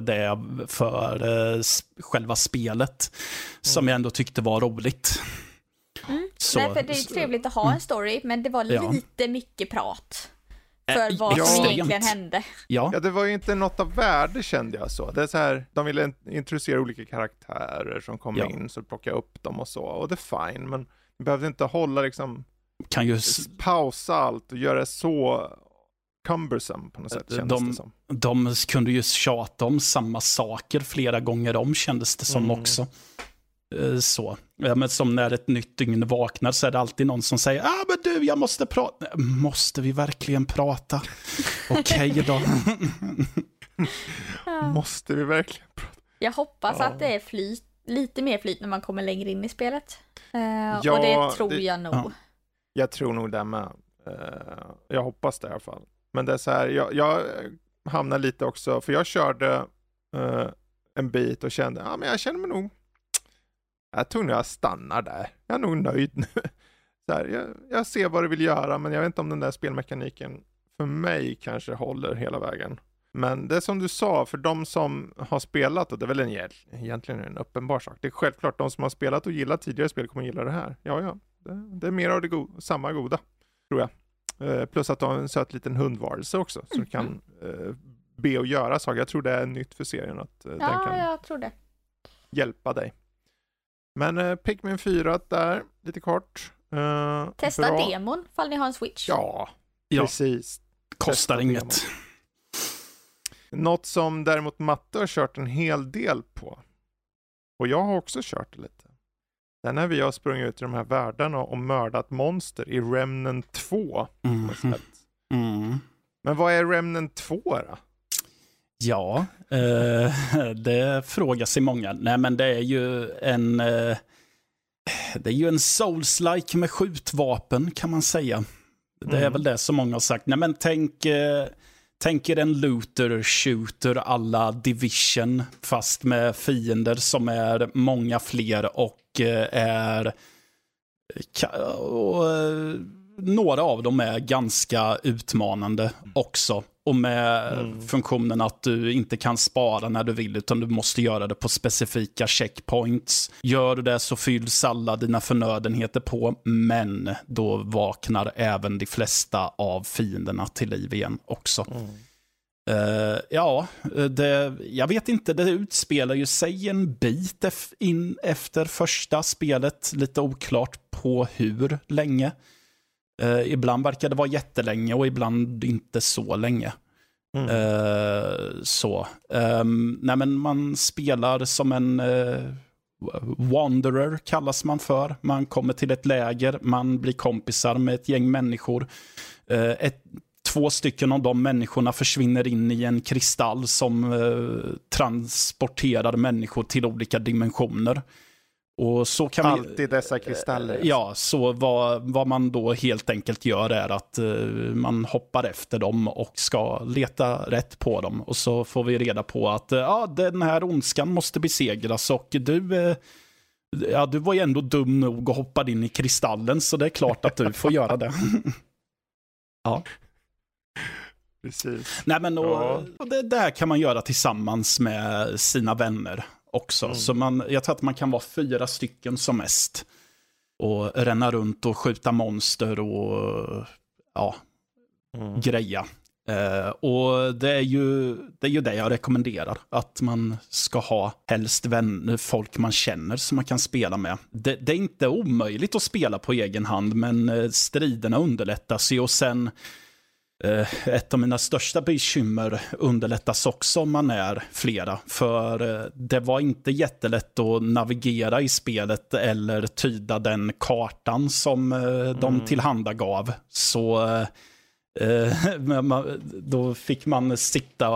för själva spelet som jag ändå tyckte var roligt. Så, nej, för det är ju trevligt att ha en story, men det var lite mycket prat för vad som egentligen hände. Ja, det var ju inte något av värde, kände jag så. Det är så här, de ville introducera olika karaktärer som kom in, så plocka upp dem och så. Och det är fine, men vi behövde inte hålla liksom pausa allt och göra det så cumbersome på något sätt, kändes det som. De kunde ju tjata om samma saker flera gånger om, kändes det som också. Så. Men som när ett nytt dygn vaknar så är det alltid någon som säger men du, jag måste prata. Måste vi verkligen prata? Okej då. Måste vi verkligen prata? Jag hoppas att det är lite mer flyt när man kommer längre in i spelet. Och det tror jag nog. Ja. Jag tror nog det med. Jag hoppas det i alla fall. Men det är så här, jag hamnar lite också, för jag körde en bit och kände, men jag känner mig nog, jag tror nog jag stannar där. Jag är nog nöjd nu. Så här, jag ser vad det vill göra, men jag vet inte om den där spelmekaniken för mig kanske håller hela vägen. Men det är som du sa, för de som har spelat, och det är väl egentligen en uppenbar sak. Det är självklart, de som har spelat och gillat tidigare spel kommer gilla det här. Ja. Det är mer av det samma goda, tror jag. Plus att du har en söt liten hundvarelse också, så du kan be och göra saker. Jag tror det är nytt för serien att den kan jag tror det. Hjälpa dig. Men Pikmin 4 där, lite kort. Testa demon, fall ni har en Switch. Ja, precis. Kostar inget. Något som däremot Matte har kört en hel del på. Och jag har också kört det lite. Den när vi har sprungit ut i de här världarna och mördat monster i Remnant 2. Men vad är Remnant 2 då? Ja, det frågar sig många. Nej, men det är ju en Souls-like med skjutvapen, kan man säga. Det är väl det som många har sagt. Nej, men tänk er en looter-shooter alla Division, fast med fiender som är många fler och några av dem är ganska utmanande också. Och med funktionen att du inte kan spara när du vill, utan du måste göra det på specifika checkpoints. Gör du det så fylls alla dina förnödenheter på, men då vaknar även de flesta av fienderna till liv igen också. Jag vet inte, det utspelar ju sig en bit in efter första spelet, lite oklart på hur länge. Ibland verkar det vara jättelänge och ibland inte så länge. Nej, men man spelar som en wanderer, kallas man för. Man kommer till ett läger, man blir kompisar med ett gäng människor. 2 stycken av de människorna försvinner in i en kristall som transporterar människor till olika dimensioner. Och så kan alltid dessa kristaller. Ja, så vad man då helt enkelt gör är att man hoppar efter dem och ska leta rätt på dem. Och så får vi reda på att den här ondskan måste besegras och du var ju ändå dum nog och hoppade in i kristallen, så det är klart att du får göra det. Ja. Precis. Nej, men och det här kan man göra tillsammans med sina vänner också. Så jag tror att man kan vara 4 stycken som mest. Och ränna runt och skjuta monster och greja. Och det är ju det jag rekommenderar. Att man ska ha helst vänner, folk man känner som man kan spela med. Det är inte omöjligt att spela på egen hand, men striderna underlättas ju. Och sen ett av mina största bekymmer underlättas också om man är flera. För det var inte jättelätt att navigera i spelet eller tyda den kartan som de tillhandagav. Så då fick man sitta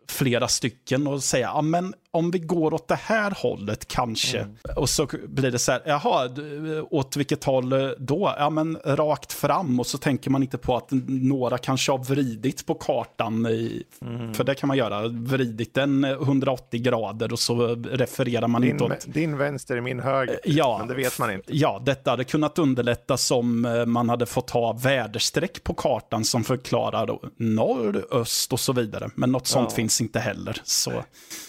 flera stycken och säga, ja men om vi går åt det här hållet kanske. Och så blir det så här, jaha, åt vilket håll då? Ja men rakt fram, och så tänker man inte på att några kanske har vridit på kartan för det kan man göra, vridit den 180 grader och så refererar man inte åt... Din vänster är min höger, ja, men det vet man inte. Ja, detta hade kunnat underlätta som man hade fått ha väderstreck på kartan som förklarar norr, öst och så vidare. Men något sånt finns inte heller. Så,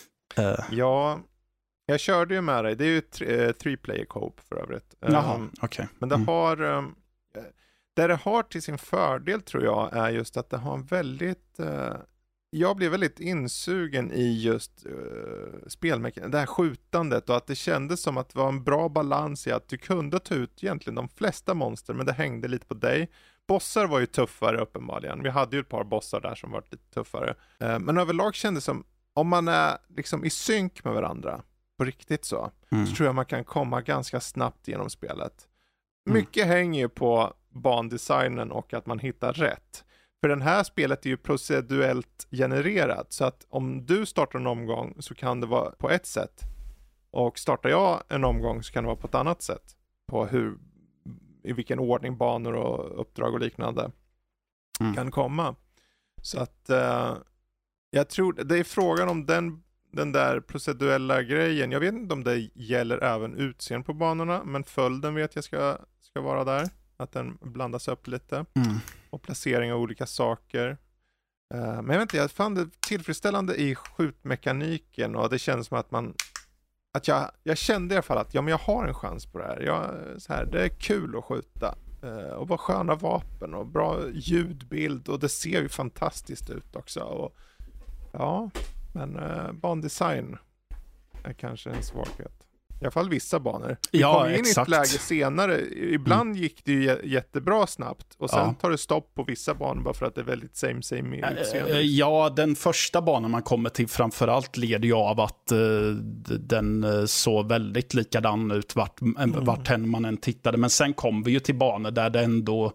Ja, jag körde ju med dig. Det är ju 3-player co-op för övrigt. Jaha, okej. Men det har... det det har till sin fördel tror jag är just att det har en väldigt... jag blev väldigt insugen i just spelmekaniken, det här skjutandet, och att det kändes som att det var en bra balans i att du kunde ta ut egentligen de flesta monster, men det hängde lite på dig. Bossar var ju tuffare uppenbarligen. Vi hade ju ett par bossar där som var lite tuffare. Men överlag kändes det som, om man är liksom i synk med varandra på riktigt så tror jag man kan komma ganska snabbt genom spelet. Mycket hänger ju på bandesignen och att man hittar rätt. För den här spelet är ju procedurellt genererat, så att om du startar en omgång så kan det vara på ett sätt, och startar jag en omgång så kan det vara på ett annat sätt, på i vilken ordning banor och uppdrag och liknande kan komma. Så att jag tror det är frågan om den där procedurella grejen. Jag vet inte om det gäller även utseende på banorna, men följden vet jag ska vara där. Att den blandas upp lite. Och placering av olika saker. Men jag vet inte, jag fann det tillfredsställande i skjutmekaniken, och det känns som att jag kände i alla fall att men jag har en chans på det här. Det är kul att skjuta. Och vad sköna vapen och bra ljudbild, och det ser ju fantastiskt ut också. Och, ja, men bandesign är kanske en svaghet. I alla fall vissa banor. Vi kom in i ett läge senare. Ibland gick det ju jättebra snabbt. Och sen tar det stopp på vissa banor bara för att det är väldigt same i utseende. Ja, den första banan man kommer till framförallt leder ju av att den såg väldigt likadan ut vart man än tittade. Men sen kom vi ju till banor där det ändå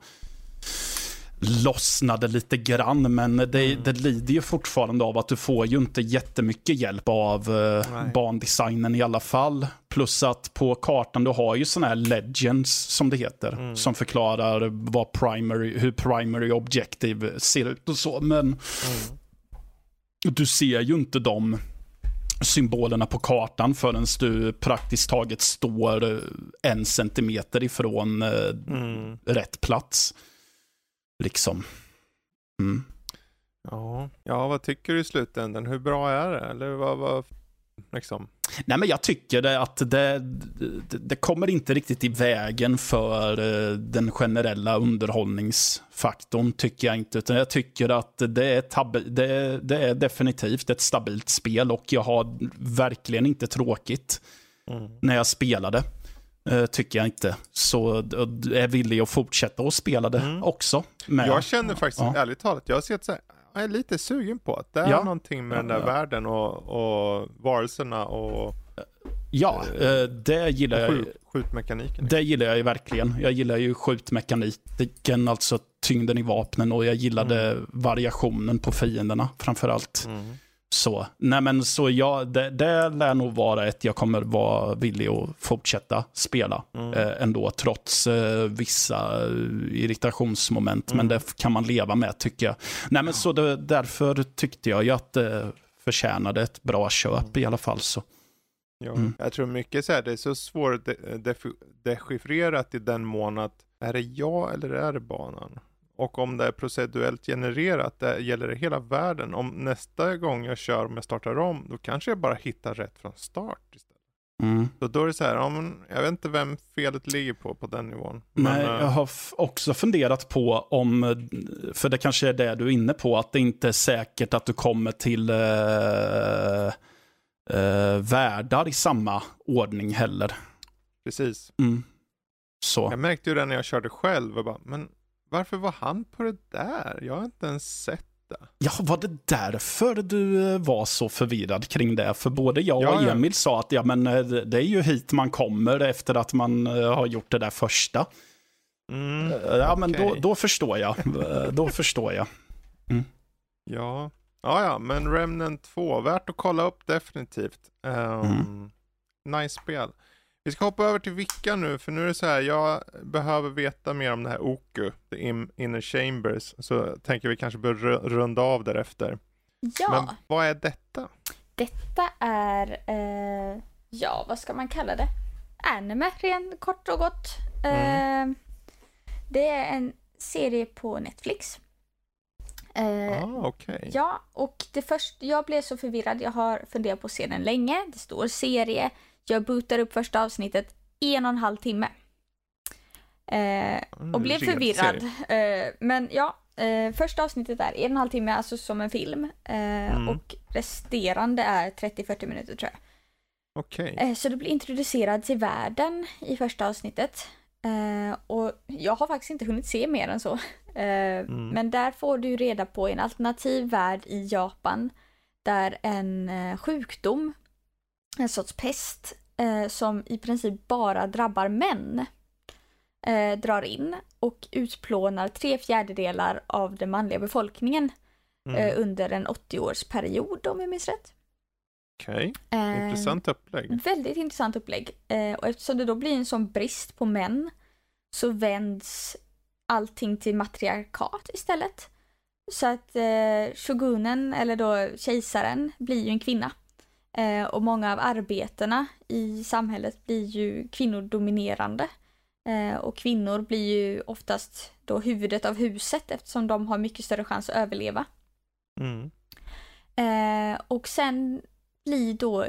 lossnade lite grann, men det lider ju fortfarande av att du får ju inte jättemycket hjälp av bandesignen i alla fall. Plus att på kartan du har ju såna här legends som det heter, som förklarar hur primary objective ser ut och så, men du ser ju inte de symbolerna på kartan förrän du praktiskt taget står 1 centimeter ifrån rätt plats. Liksom. Ja, vad tycker du i slutändan? Hur bra är det? Eller vad liksom? Nej, men jag tycker att det kommer inte riktigt i vägen för den generella underhållningsfaktorn, tycker jag inte. Utan jag tycker att det är definitivt ett stabilt spel, och jag har verkligen inte tråkigt när jag spelade. Tycker jag inte. Så är villig att fortsätta att spela det också. Jag känner faktiskt, ärligt talat, jag har sett så här, jag är lite sugen på att det är någonting med den där världen och varelserna och det gillar jag. Skjutmekaniken. Det gillar jag ju verkligen. Jag gillar ju skjutmekaniken, alltså tyngden i vapnen, och jag gillade variationen på fienderna framförallt. Så, det lär nog vara jag kommer vara villig att fortsätta spela ändå, trots vissa irritationsmoment, men det kan man leva med, tycker jag. Nej, men så därför tyckte jag ju att det förtjänade ett bra köp i alla fall. Så. Ja, jag tror mycket så här, det är så svårt dechiffrerat i den mån att är det jag eller är det banan? Och om det är procedurellt genererat, det gäller det hela världen. Om nästa gång jag kör, om jag startar om, då kanske jag bara hittar rätt från start istället. Så då är det så här, jag vet inte vem felet ligger på den nivån. Nej, jag har också funderat på för det kanske är det du är inne på, att det inte är säkert att du kommer till världar i samma ordning heller. Precis. Så. Jag märkte ju det när jag körde själv och bara, men varför var han på det där? Jag har inte ens sett det. Ja, var det därför du var så förvirrad kring det? För både jag och Emil sa att det är ju hit man kommer efter att man har gjort det där första. Men då förstår jag. Då förstår jag. Ja, Ja, men Remnant 2, värt att kolla upp definitivt. Nice spel. Vi ska hoppa över till Vicka nu, för nu är det så här, jag behöver veta mer om det här Oku, The Inner Chambers, så tänker vi kanske bör runda av därefter. Ja. Men vad är detta? Detta är, vad ska man kalla det? Anime, rent kort och gott. Det är en serie på Netflix. Okej. Ja, och jag blev så förvirrad. Jag har funderat på att se den länge. Det står serie. Jag bootar upp första avsnittet 1,5 timme. Och blev förvirrad. Men ja, första avsnittet är 1,5 timme, alltså som en film. Och resterande är 30-40 minuter tror jag. Okej. Så du blir introducerad till världen i första avsnittet. Och jag har faktiskt inte hunnit se mer än så. Men där får du reda på en alternativ värld i Japan. Där en sjukdom, en sorts pest, som i princip bara drabbar män, drar in och utplånar 3/4 av den manliga befolkningen under en 80-årsperiod, om jag minns rätt. Okej, intressant upplägg. Väldigt intressant upplägg. Och eftersom det då blir en sån brist på män så vänds allting till matriarkat istället. Så att shogunen, eller då kejsaren, blir ju en kvinna. Och många av arbetena i samhället blir ju kvinnodominerande. Och kvinnor blir ju oftast då huvudet av huset eftersom de har mycket större chans att överleva. Och sen blir då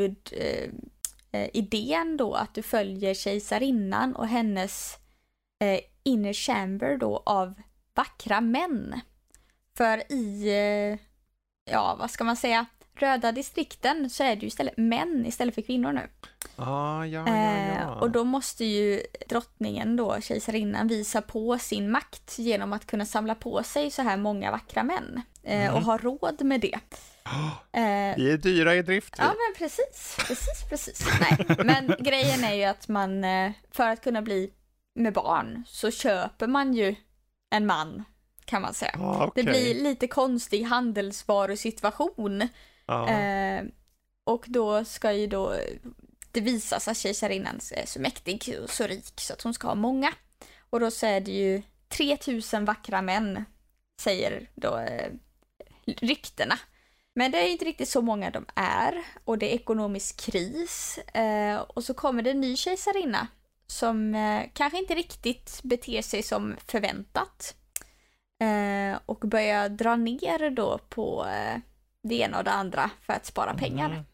huvudidén då att du följer kejsarinnan och hennes inner chamber då av vackra män. För i, vad ska man säga, röda distrikten så är det ju istället män istället för kvinnor nu. Och då måste ju drottningen då, kejsarinnan, visa på sin makt genom att kunna samla på sig så här många vackra män. Och ha råd med det. Vi är dyra i drift. Ja, men precis. Nej, men grejen är ju att man, för att kunna bli med barn så köper man ju en man, kan man säga. Okay. Det blir lite konstig handelsvarusituation. Och då ska ju då det visas att kejsarinnan är så mäktig och så rik så att hon ska ha många. Och då så är det ju 3000 vackra män, säger då ryktena. Men det är inte riktigt så många de är. Och det är ekonomisk kris. Och så kommer det en ny kejsarinna som kanske inte riktigt beter sig som förväntat. Och börjar dra ner då på det ena och det andra för att spara pengar.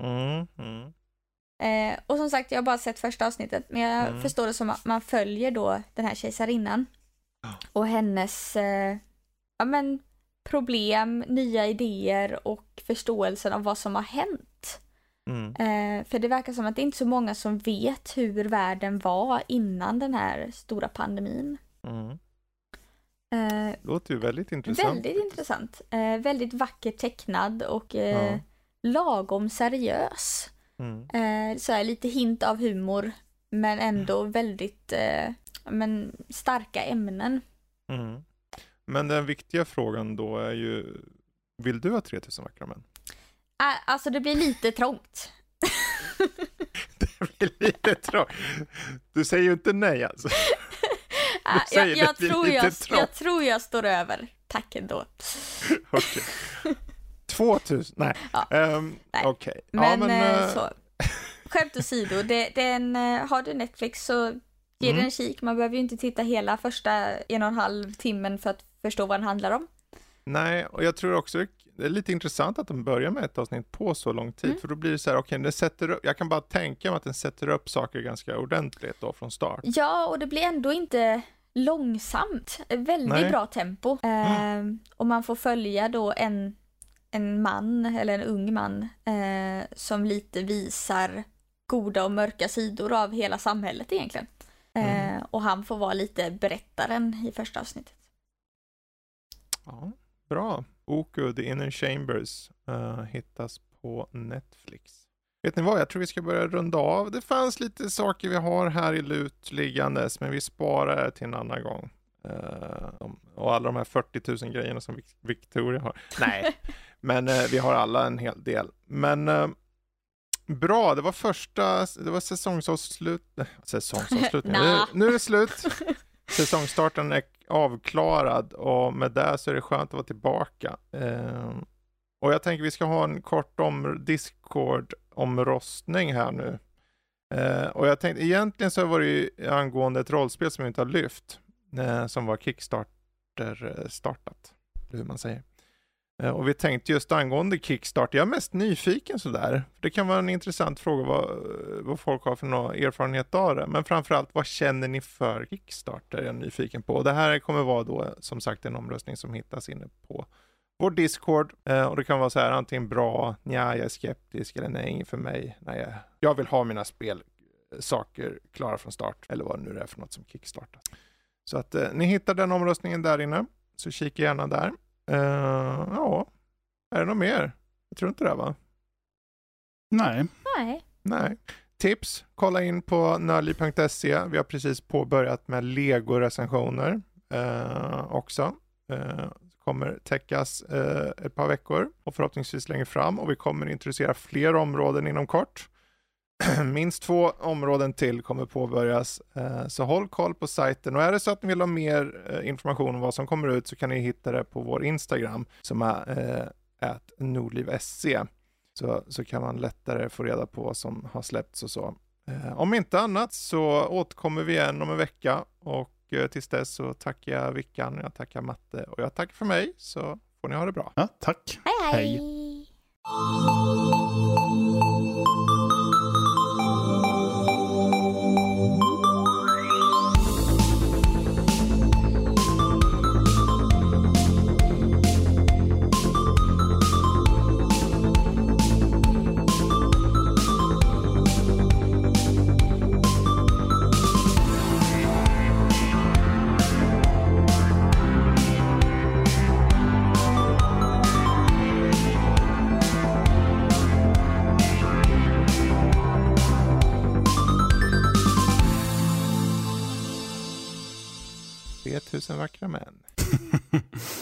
Och som sagt, jag har bara sett första avsnittet. Men jag förstår det som att man följer då den här kejsarinnan. Och hennes problem, nya idéer och förståelsen av vad som har hänt. För det verkar som att det inte är så många som vet hur världen var innan den här stora pandemin. Låter ju väldigt intressant. Väldigt intressant. Väldigt vackert tecknad och lagom seriös. Så är lite hint av humor, men ändå väldigt starka ämnen. Men den viktiga frågan då är ju, vill du ha 3000 vackra män? Alltså det blir lite trångt. Det blir lite trångt. Du säger ju inte nej alltså. Jag tror jag står över. Tack ändå. Okej. 2000? Nej. Okej. Men så. Skämt åsido, har du Netflix så ge den en kik. Man behöver ju inte titta hela första 1,5 timmen för att förstå vad den handlar om. Nej, och jag tror också det är lite intressant att de börjar med ett avsnitt på så lång tid. För då blir det så här, den sätter upp, jag kan bara tänka mig att den sätter upp saker ganska ordentligt då från start. Ja, och det blir ändå inte långsamt. Väldigt bra tempo. Och man får följa då en man, eller en ung man, som lite visar goda och mörka sidor av hela samhället egentligen. Och han får vara lite berättaren i första avsnittet. Ja, bra. Oku, The Inner Chambers hittas på Netflix. Vet ni vad, jag tror vi ska börja runda av. Det fanns lite saker vi har här i lut liggandes, men vi sparar det till en annan gång. Och alla de här 40 000 grejerna som Victoria har. Nej, Men vi har alla en hel del. Men bra, det var säsongsavslut. Nu är det slut. Säsongstarten är avklarad och med det så är det skönt att vara tillbaka. Och jag tänker vi ska ha en kort Discord-omröstning här nu. Och jag tänkte, egentligen så var det ju angående ett rollspel som vi inte har lyft. Som var Kickstarter-startat. Hur man säger. Och vi tänkte just angående Kickstarter. Jag är mest nyfiken sådär. Det kan vara en intressant fråga vad folk har för någon erfarenhet av det. Men framförallt, vad känner ni för Kickstarter? Jag är nyfiken på. Och det här kommer vara då som sagt en omröstning som hittas inne på vår Discord. Och det kan vara så här antingen bra, jag är skeptisk eller nej, ingen för mig. Nej, jag vill ha mina spelsaker klara från start. Eller vad nu är för något som kickstartar. Så att ni hittar den omröstningen där inne. Så kika gärna där. Ja, är det något mer? Jag tror inte det, va? Nej. Tips, kolla in på nördliv.se. Vi har precis påbörjat med Lego-recensioner också. Kommer täckas ett par veckor och förhoppningsvis längre fram. Och vi kommer introducera fler områden inom kort. Minst 2 områden till kommer påbörjas. Så håll koll på sajten. Och är det så att ni vill ha mer information om vad som kommer ut så kan ni hitta det på vår Instagram som är @nordliv.se. Så kan man lättare få reda på vad som har släppts och så. Om inte annat så återkommer vi igen om en vecka. Och tills dess så tackar jag Vickan, jag tackar Matte och jag tackar för mig. Så får ni ha det bra. Ja, tack. Hej. Tusen vackra män.